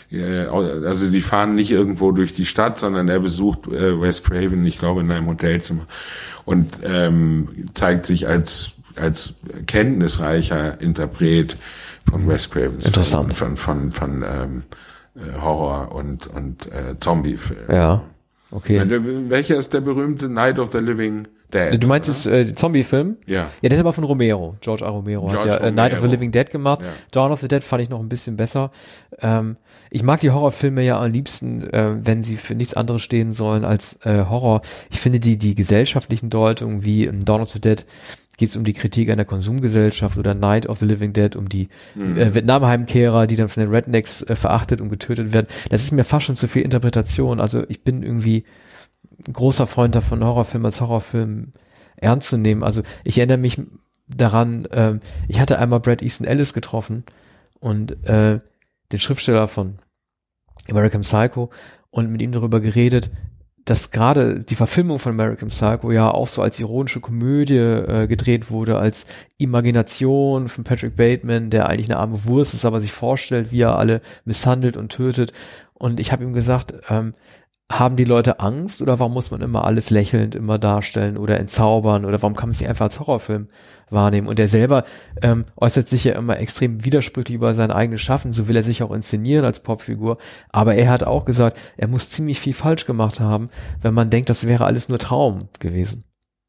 Also sie fahren nicht irgendwo durch die Stadt, sondern er besucht äh, Wes Craven, ich glaube, in einem Hotelzimmer und ähm, zeigt sich als als kenntnisreicher Interpret von Wes Cravens Interessant. von von von, von ähm, Horror und und äh, Zombie-Film. Ja, okay. Welcher ist der berühmte Night of the Living Dead? Du meinst jetzt äh, den Zombie-Film? Ja. Ja, der ist aber von Romero. George A. Romero George hat ja äh, Night of the Romero. Living Dead gemacht. Ja. Dawn of the Dead fand ich noch ein bisschen besser. Ähm, ich mag die Horrorfilme ja am liebsten, äh, wenn sie für nichts anderes stehen sollen als äh, Horror. Ich finde die die gesellschaftlichen Deutungen wie in Dawn of the Dead geht es um die Kritik einer Konsumgesellschaft oder Night of the Living Dead um die Mhm. äh, Vietnam-Heimkehrer, die dann von den Rednecks äh, verachtet und getötet werden. Das ist mir fast schon zu viel Interpretation. Also ich bin irgendwie ein großer Freund davon, Horrorfilm als Horrorfilm ernst zu nehmen. Also ich erinnere mich daran, ähm, ich hatte einmal Bret Easton Ellis getroffen und äh, den Schriftsteller von American Psycho und mit ihm darüber geredet, dass gerade die Verfilmung von American Psycho ja auch so als ironische Komödie äh, gedreht wurde, als Imagination von Patrick Bateman, der eigentlich eine arme Wurst ist, aber sich vorstellt, wie er alle misshandelt und tötet. Und ich habe ihm gesagt, ähm, haben die Leute Angst oder warum muss man immer alles lächelnd immer darstellen oder entzaubern oder warum kann man es nicht einfach als Horrorfilm wahrnehmen? Und er selber ähm, äußert sich ja immer extrem widersprüchlich über sein eigenes Schaffen, so will er sich auch inszenieren als Popfigur, aber er hat auch gesagt, er muss ziemlich viel falsch gemacht haben, wenn man denkt, das wäre alles nur Traum gewesen.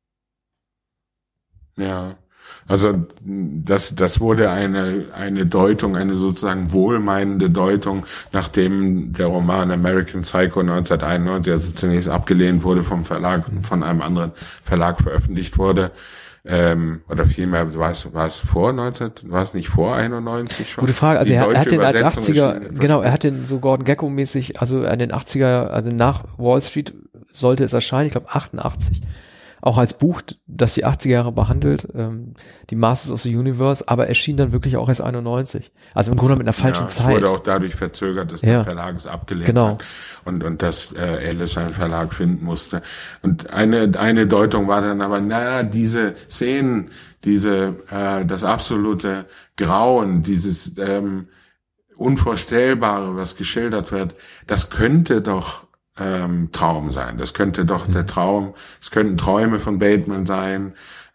Ja. Also das das wurde eine eine Deutung, eine sozusagen wohlmeinende Deutung, nachdem der Roman American Psycho neunzehnhunderteinundneunzig, also zunächst abgelehnt wurde vom Verlag, von einem anderen Verlag veröffentlicht wurde. Ähm, oder vielmehr war es war es vor neunzehn, war es nicht vor einundneunzig schon? Gute Frage, also Die er, er hat deutsche den als Übersetzung achtziger, ist- genau, er hat den so Gordon Gekko mäßig, also an den achtziger, also nach Wall Street sollte es erscheinen, ich glaube achtundachtzig. auch als Buch, das die achtziger Jahre behandelt, ähm, die Masters of the Universe, aber erschien dann wirklich auch erst einundneunzig. Also im Grunde mit einer falschen ja, Zeit. Es wurde auch dadurch verzögert, dass ja. der Verlag es abgelehnt genau. hat und und dass äh, Ellis einen Verlag finden musste. Und eine eine Deutung war dann aber, naja, diese Szenen, diese äh, das absolute Grauen, dieses ähm, Unvorstellbare, was geschildert wird, das könnte doch ähm, Traum sein. Das könnte doch der Traum, es könnten Träume von Bateman sein,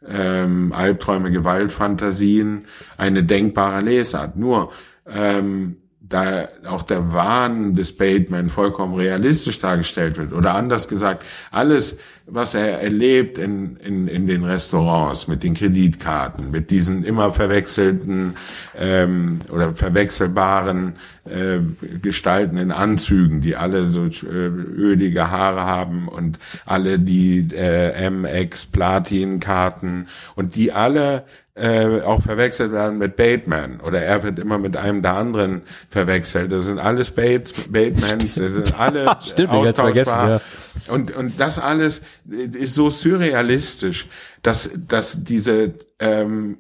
ähm, Albträume, Gewaltfantasien, eine denkbare Lesart. Nur, ähm, da auch der Wahn des Bateman vollkommen realistisch dargestellt wird. Oder anders gesagt, alles, was er erlebt in, in, in den Restaurants, mit den Kreditkarten, mit diesen immer verwechselten ähm, oder verwechselbaren äh, Gestalten in Anzügen, die alle so äh, ölige Haare haben und alle die äh, M X-Platin-Karten und die alle äh, auch verwechselt werden mit Bateman oder er wird immer mit einem der anderen verwechselt. Das sind alles Bates, Batemans, das sind alle Stimmt, austauschbar. Ja. Und und das alles ist so surrealistisch, dass dass diese ähm,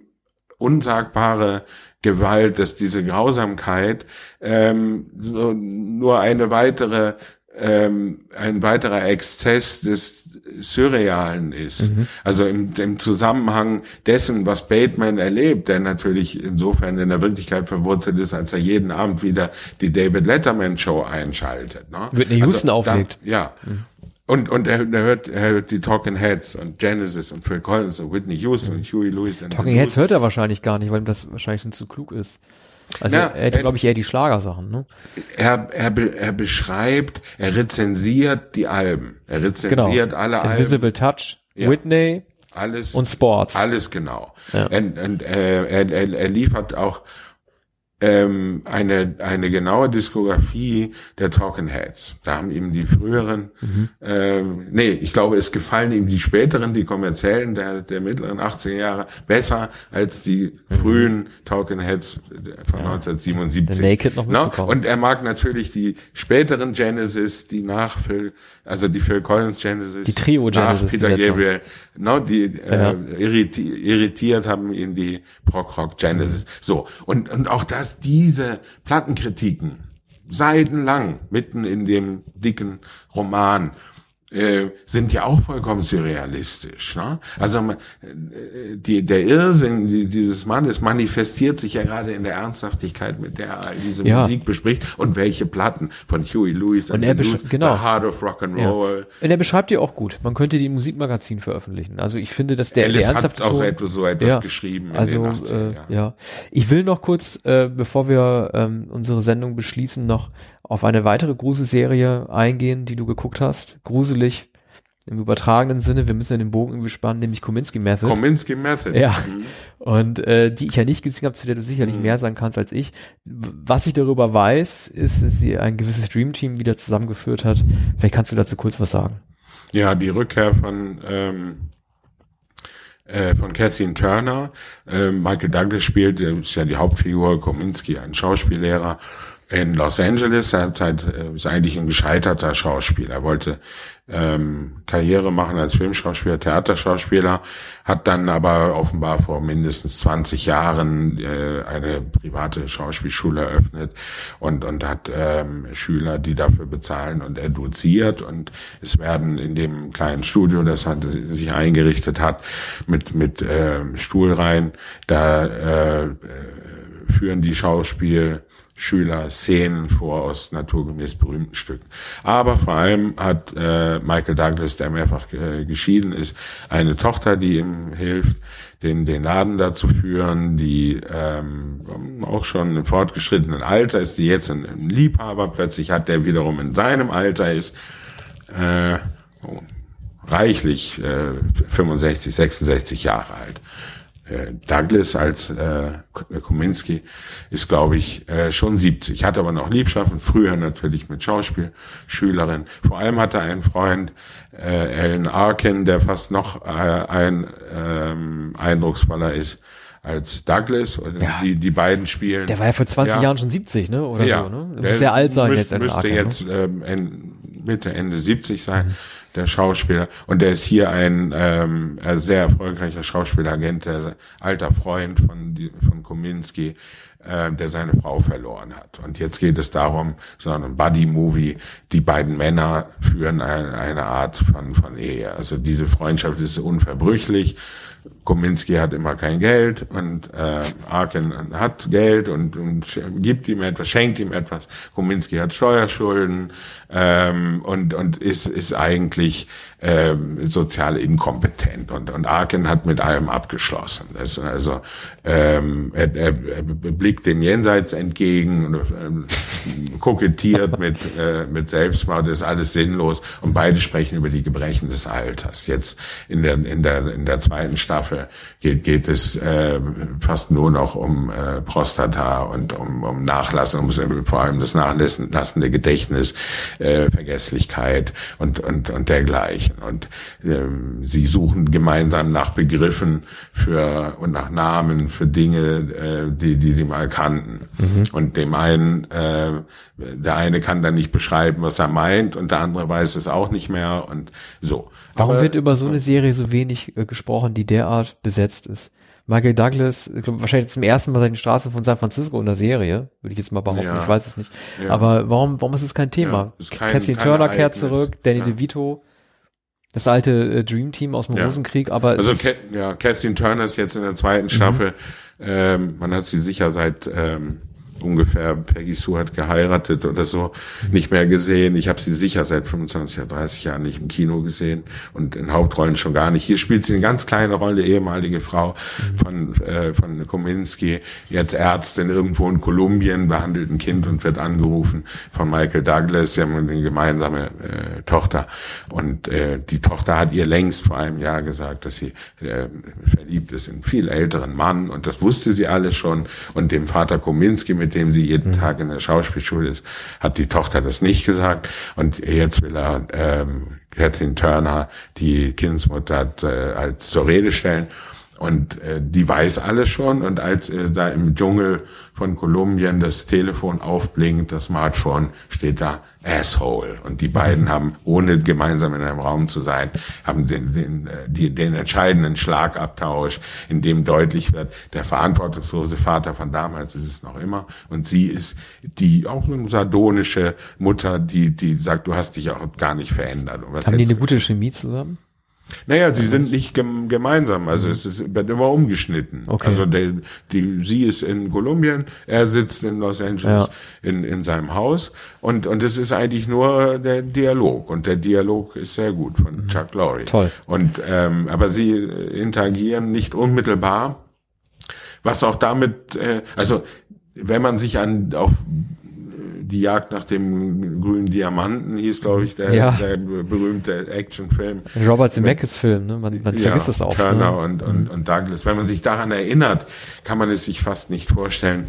unsagbare Gewalt, dass diese Grausamkeit ähm, so nur eine weitere ähm, ein weiterer Exzess des Surrealen ist. Mhm. Also im, im Zusammenhang dessen, was Bateman erlebt, der natürlich insofern in der Wirklichkeit verwurzelt ist, als er jeden Abend wieder die David Letterman Show einschaltet. Ne? Whitney Houston also, auflegt. Da, ja. Mhm. Und, und er, er, hört, er hört die Talking Heads und Genesis und Phil Collins und Whitney Houston mhm. und Huey Lewis. Und Talking Heads hört er wahrscheinlich gar nicht, weil ihm das wahrscheinlich schon zu klug ist. Also Na, er hätte, glaube ich, eher die Schlagersachen, ne? Er, er, be, er beschreibt, er rezensiert die Alben. Er rezensiert genau. alle Alben. Invisible Touch, ja. Whitney alles, und Sports. Alles genau. Ja. Und, und äh, er, er, er liefert auch ähm, eine eine genaue Diskografie der Talking Heads. Da haben ihm die früheren, mhm. ähm, nee, ich glaube, es gefallen ihm die späteren, die kommerziellen der der mittleren achtziger Jahre besser als die mhm. frühen Talking Heads von ja. neunzehnhundertsiebenundsiebzig. Der Naked noch mitbekommen. No? Und er mag natürlich die späteren Genesis, die nach Phil, also die Phil Collins Genesis, die Trio Genesis, nach Peter Gabriel, no, die ja. äh, irritiert, irritiert haben ihn die Prog-Rock Genesis. So, und und auch das, diese Plattenkritiken, seitenlang, mitten in dem dicken Roman, äh, sind ja auch vollkommen surrealistisch. Ne? Also äh, die, der Irrsinn dieses Mannes manifestiert sich ja gerade in der Ernsthaftigkeit, mit der er diese ja. Musik bespricht und welche Platten von Huey Lewis und er Lewis, genau. The Heart of Rock and Roll. Ja. Und er beschreibt die auch gut. Man könnte die im Musikmagazin veröffentlichen. Also ich finde, dass der, Alice der ernsthafte hat auch Ton, etwas, so etwas ja. geschrieben in also, den achtziger Jahren. Äh, ja. Ich will noch kurz, äh, bevor wir ähm, unsere Sendung beschließen, noch auf eine weitere Gruselserie eingehen, die du geguckt hast. Gruselig im übertragenen Sinne. Wir müssen ja den Bogen irgendwie spannen, nämlich Kominsky Method. Kominsky Method. Ja. Mhm. Und äh, die ich ja nicht gesehen habe, zu der du sicherlich mhm. mehr sagen kannst als ich. Was ich darüber weiß, ist, dass sie ein gewisses Dream-Team wieder zusammengeführt hat. Vielleicht kannst du dazu kurz was sagen. Ja, die Rückkehr von ähm, äh, von Kathleen Turner. Äh, Michael Douglas spielt, äh, ist ja die Hauptfigur, Kominsky, ein Schauspiellehrer in Los Angeles. Er hat halt, ist eigentlich ein gescheiterter Schauspieler. Er wollte ähm, Karriere machen als Filmschauspieler, Theaterschauspieler, hat dann aber offenbar vor mindestens zwanzig Jahren äh, eine private Schauspielschule eröffnet und und hat ähm, Schüler, die dafür bezahlen, und er doziert, und es werden in dem kleinen Studio, das hat, sich eingerichtet hat, mit mit äh, Stuhlreihen, da äh, führen die Schauspielschüler Szenen vor aus naturgemäß berühmten Stücken. Aber vor allem hat äh, Michael Douglas, der mehrfach äh, geschieden ist, eine Tochter, die ihm hilft, den den Laden da zu führen, die ähm, auch schon im fortgeschrittenen Alter ist, die jetzt ein, ein Liebhaber plötzlich hat, der wiederum in seinem Alter ist, äh, oh, reichlich äh, fünfundsechzig, sechsundsechzig Jahre alt. Douglas als äh, Kominsky ist, glaube ich, äh, schon siebzig. Hat aber noch Liebschaften, früher natürlich mit Schauspielschülerin. Vor allem hat er einen Freund, äh, Alan Arkin, der fast noch äh, ein ähm, eindrucksvoller ist als Douglas. Ja. Die die beiden spielen. Der war ja vor zwanzig ja. Jahren schon siebzig, ne? Oder ja. so, ne? Der muss sehr alt sein müsst, jetzt. Müsste Arkin, jetzt ne? ähm, Mitte, Ende siebzig sein. Mhm. der Schauspieler. Und der ist hier ein ähm, sehr erfolgreicher Schauspielagent, der alter Freund von, von Kominsky, äh, der seine Frau verloren hat. Und jetzt geht es darum, so ein Buddy-Movie, die beiden Männer führen eine, eine Art von, von Ehe. Also diese Freundschaft ist unverbrüchlich. Kominsky hat immer kein Geld und äh, Arkin hat Geld und, und gibt ihm etwas, schenkt ihm etwas. Kominsky hat Steuerschulden ähm, und und ist ist eigentlich ähm, sozial inkompetent und und Arkin hat mit allem abgeschlossen. Das, also ähm, er, er, er blickt dem Jenseits entgegen und ähm, kokettiert mit äh, mit Selbstmord, ist alles sinnlos und beide sprechen über die Gebrechen des Alters. Jetzt in der in der in der zweiten Staffel geht geht es äh, fast nur noch um äh, Prostata und um um Nachlassen, um vor allem das nachlassende Gedächtnis, äh, Vergesslichkeit und und und dergleichen. Und äh, sie suchen gemeinsam nach Begriffen für und nach Namen für Dinge, äh, die die sie mal kannten. Mhm. Und dem einen äh, der eine kann dann nicht beschreiben, was er meint, und der andere weiß es auch nicht mehr und so. Warum Aber, wird über so eine Serie so wenig äh, gesprochen, die derart besetzt ist? Michael Douglas, ich glaube, wahrscheinlich zum ersten Mal seit den Straßen von San Francisco in der Serie, würde ich jetzt mal behaupten, ja, ich weiß es nicht. Ja. Aber warum warum ist es kein Thema? Ja, kein, Kathleen Turner kehrt Ereignis. zurück, Danny ja. DeVito, das alte äh, Dream Team aus dem Ja. Rosenkrieg, aber also Ka- ja, Kathleen Turner ist jetzt in der zweiten Staffel. Mhm. Ähm, man hat sie sicher seit ähm, ungefähr Peggy Sue hat geheiratet oder so nicht mehr gesehen. Ich habe sie sicher seit fünfundzwanzig, dreißig Jahren nicht im Kino gesehen und in Hauptrollen schon gar nicht. Hier spielt sie eine ganz kleine Rolle, ehemalige Frau von äh, von Kominsky, jetzt Ärztin irgendwo in Kolumbien, behandelt ein Kind und wird angerufen von Michael Douglas. Sie haben eine gemeinsame äh, Tochter und äh, die Tochter hat ihr längst vor einem Jahr gesagt, dass sie äh, verliebt ist in einen viel älteren Mann, und das wusste sie alles schon, und dem Vater Kominsky, mit dem sie jeden mhm. Tag in der Schauspielschule ist, hat die Tochter das nicht gesagt, und jetzt will er ähm, Kathleen Turner, die Kindsmutter, äh, als zur Rede stellen. Und äh, die weiß alles schon, und als äh, da im Dschungel von Kolumbien das Telefon aufblinkt, das Smartphone, steht da Asshole. Und die beiden haben, ohne gemeinsam in einem Raum zu sein, haben den, den, die, den entscheidenden Schlagabtausch, in dem deutlich wird, der verantwortungslose Vater von damals ist es noch immer, und sie ist die auch eine sardonische Mutter, die die sagt, du hast dich auch gar nicht verändert. Und was haben die eine gute Chemie zusammen? Naja, sie sind nicht gem- gemeinsam, also mhm. es ist, wird immer umgeschnitten. Okay. Also der, die, sie ist in Kolumbien, er sitzt in Los Angeles ja. in, in seinem Haus, und, und es ist eigentlich nur der Dialog, und der Dialog ist sehr gut von mhm. Chuck Lorre. Toll. Und, ähm, aber sie interagieren nicht unmittelbar, was auch damit, äh, also, wenn man sich an, auf, die Jagd nach dem grünen Diamanten hieß, glaube ich, der, ja. der berühmte Actionfilm. Robert Zemeckis Film, ne? Man, man vergisst ja, es auch. Turner ne? und, und, und Douglas. Wenn man sich daran erinnert, kann man es sich fast nicht vorstellen.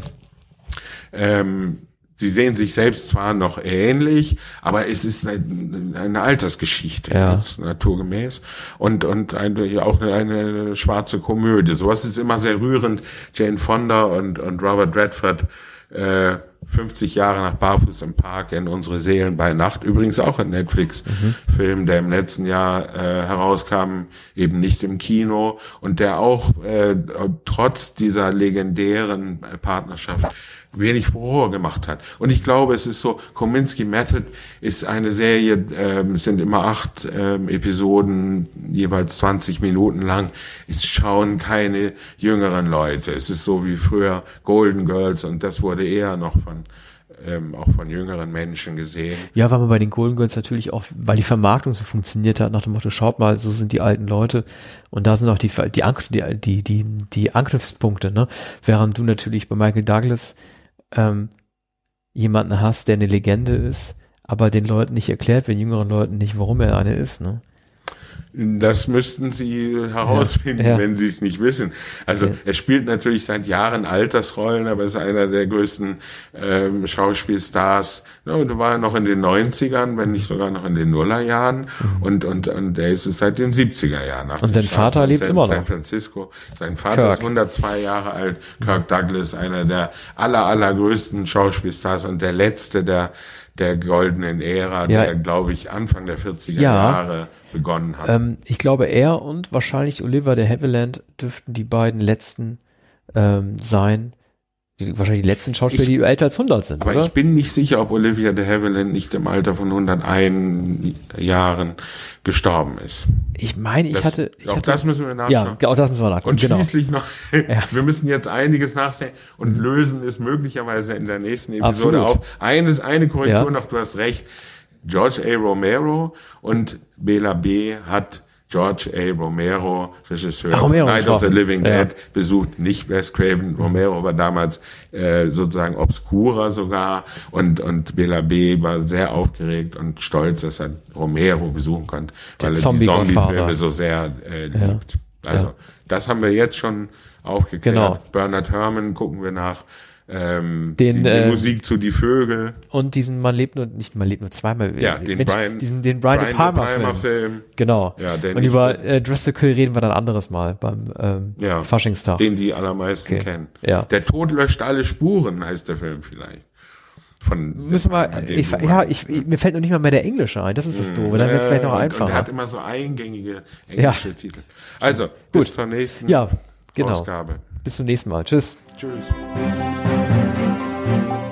Ähm, sie sehen sich selbst zwar noch ähnlich, aber es ist eine, eine Altersgeschichte, ja. jetzt naturgemäß. Und, und eine, auch eine, eine schwarze Komödie. Sowas ist immer sehr rührend. Jane Fonda und, und Robert Redford, äh, fünfzig Jahre nach Barfuß im Park, in Unsere Seelen bei Nacht, übrigens auch ein Netflix-Film, mhm. der im letzten Jahr äh, herauskam, eben nicht im Kino, und der auch äh, trotz dieser legendären äh, Partnerschaft wenig Furore gemacht hat. Und ich glaube, es ist so, Kominsky Method ist eine Serie, ähm, es sind immer acht ähm, Episoden, jeweils zwanzig Minuten lang. Es schauen keine jüngeren Leute. Es ist so wie früher Golden Girls, und das wurde eher noch von ähm, auch von jüngeren Menschen gesehen. Ja, weil man bei den Golden Girls natürlich auch, weil die Vermarktung so funktioniert hat, nach dem Motto, schaut mal, so sind die alten Leute, und da sind auch die die die die die, die Anknüpfpunkte, ne? Während du natürlich bei Michael Douglas ähm, jemanden hast, der eine Legende ist, aber den Leuten nicht erklärt, den jüngeren Leuten nicht, warum er eine ist, ne? Das müssten Sie herausfinden, ja, ja. wenn Sie es nicht wissen. Also ja. er spielt natürlich seit Jahren Altersrollen, aber ist einer der größten ähm, Schauspielstars. Ja, und war noch in den neunzigern, wenn nicht sogar noch in den Nullerjahren. Mhm. Und und und der ist es seit den siebziger Jahren. Und sein Vater lebt San, immer noch. San Francisco. Sein Vater Kirk. ist hundertzwei Jahre alt. Kirk Douglas, einer der aller allergrößten Schauspielstars und der letzte der der goldenen Ära, Ja. der, glaube ich, Anfang der vierziger Ja. Jahre begonnen hat. Ähm, ich glaube, er und wahrscheinlich Oliver de Havilland dürften die beiden letzten ähm, sein, die, wahrscheinlich die letzten Schauspieler, Ich- die älter als hundert sind, Aber oder? ich bin nicht sicher, ob Olivia de Havilland nicht im Alter von hunderteins Jahren gestorben ist. Ich meine, ich Das, hatte... Ich auch hatte, das müssen wir ja, nachschauen. auch das müssen wir nachgucken, Und genau. schließlich noch, Ja. Mhm. wir müssen jetzt einiges nachsehen und lösen es möglicherweise in der nächsten Episode Absolut. auf. Eines, eine Korrektur Ja. noch, du hast recht. George A. Romero und Bela B. hat George A. Romero, Regisseur Ach, Romero von Night of the getroffen. Living Ja. Dead, besucht, nicht Wes Craven. Romero war damals äh, sozusagen obskurer sogar und und Bela B. war sehr aufgeregt und stolz, dass er Romero besuchen konnte, weil er die Zombie-Godfather. Zombie-Filme so sehr äh, liebt. Also Ja. das haben wir jetzt schon aufgeklärt. Genau. Bernard Herrmann gucken wir nach. Ähm, Den, die, die äh, Musik zu Die Vögel. Und diesen Man lebt nur, nicht Man lebt nur zweimal. Ja, den Mensch, Brian, diesen, den Brian, Brian De Palma, De Palma Film. Film. Genau. Ja, der und nicht über gut. äh, Dress to Kill reden wir dann anderes Mal beim ähm, Ja, Faschingstag. den die allermeisten Okay. kennen. Ja. Der Tod löscht alle Spuren, heißt der Film vielleicht. Von Müssen wir, an den ich, du ja, meinst. ich, mir fällt noch nicht mal mehr der Englische ein. Das ist das Doofe. Dann wäre es vielleicht noch und, einfacher. Und er hat immer so eingängige englische Ja. Titel. Also, bis zur nächsten Ja, genau. Ausgabe. Bis zum nächsten Mal. Tschüss. Tschüss.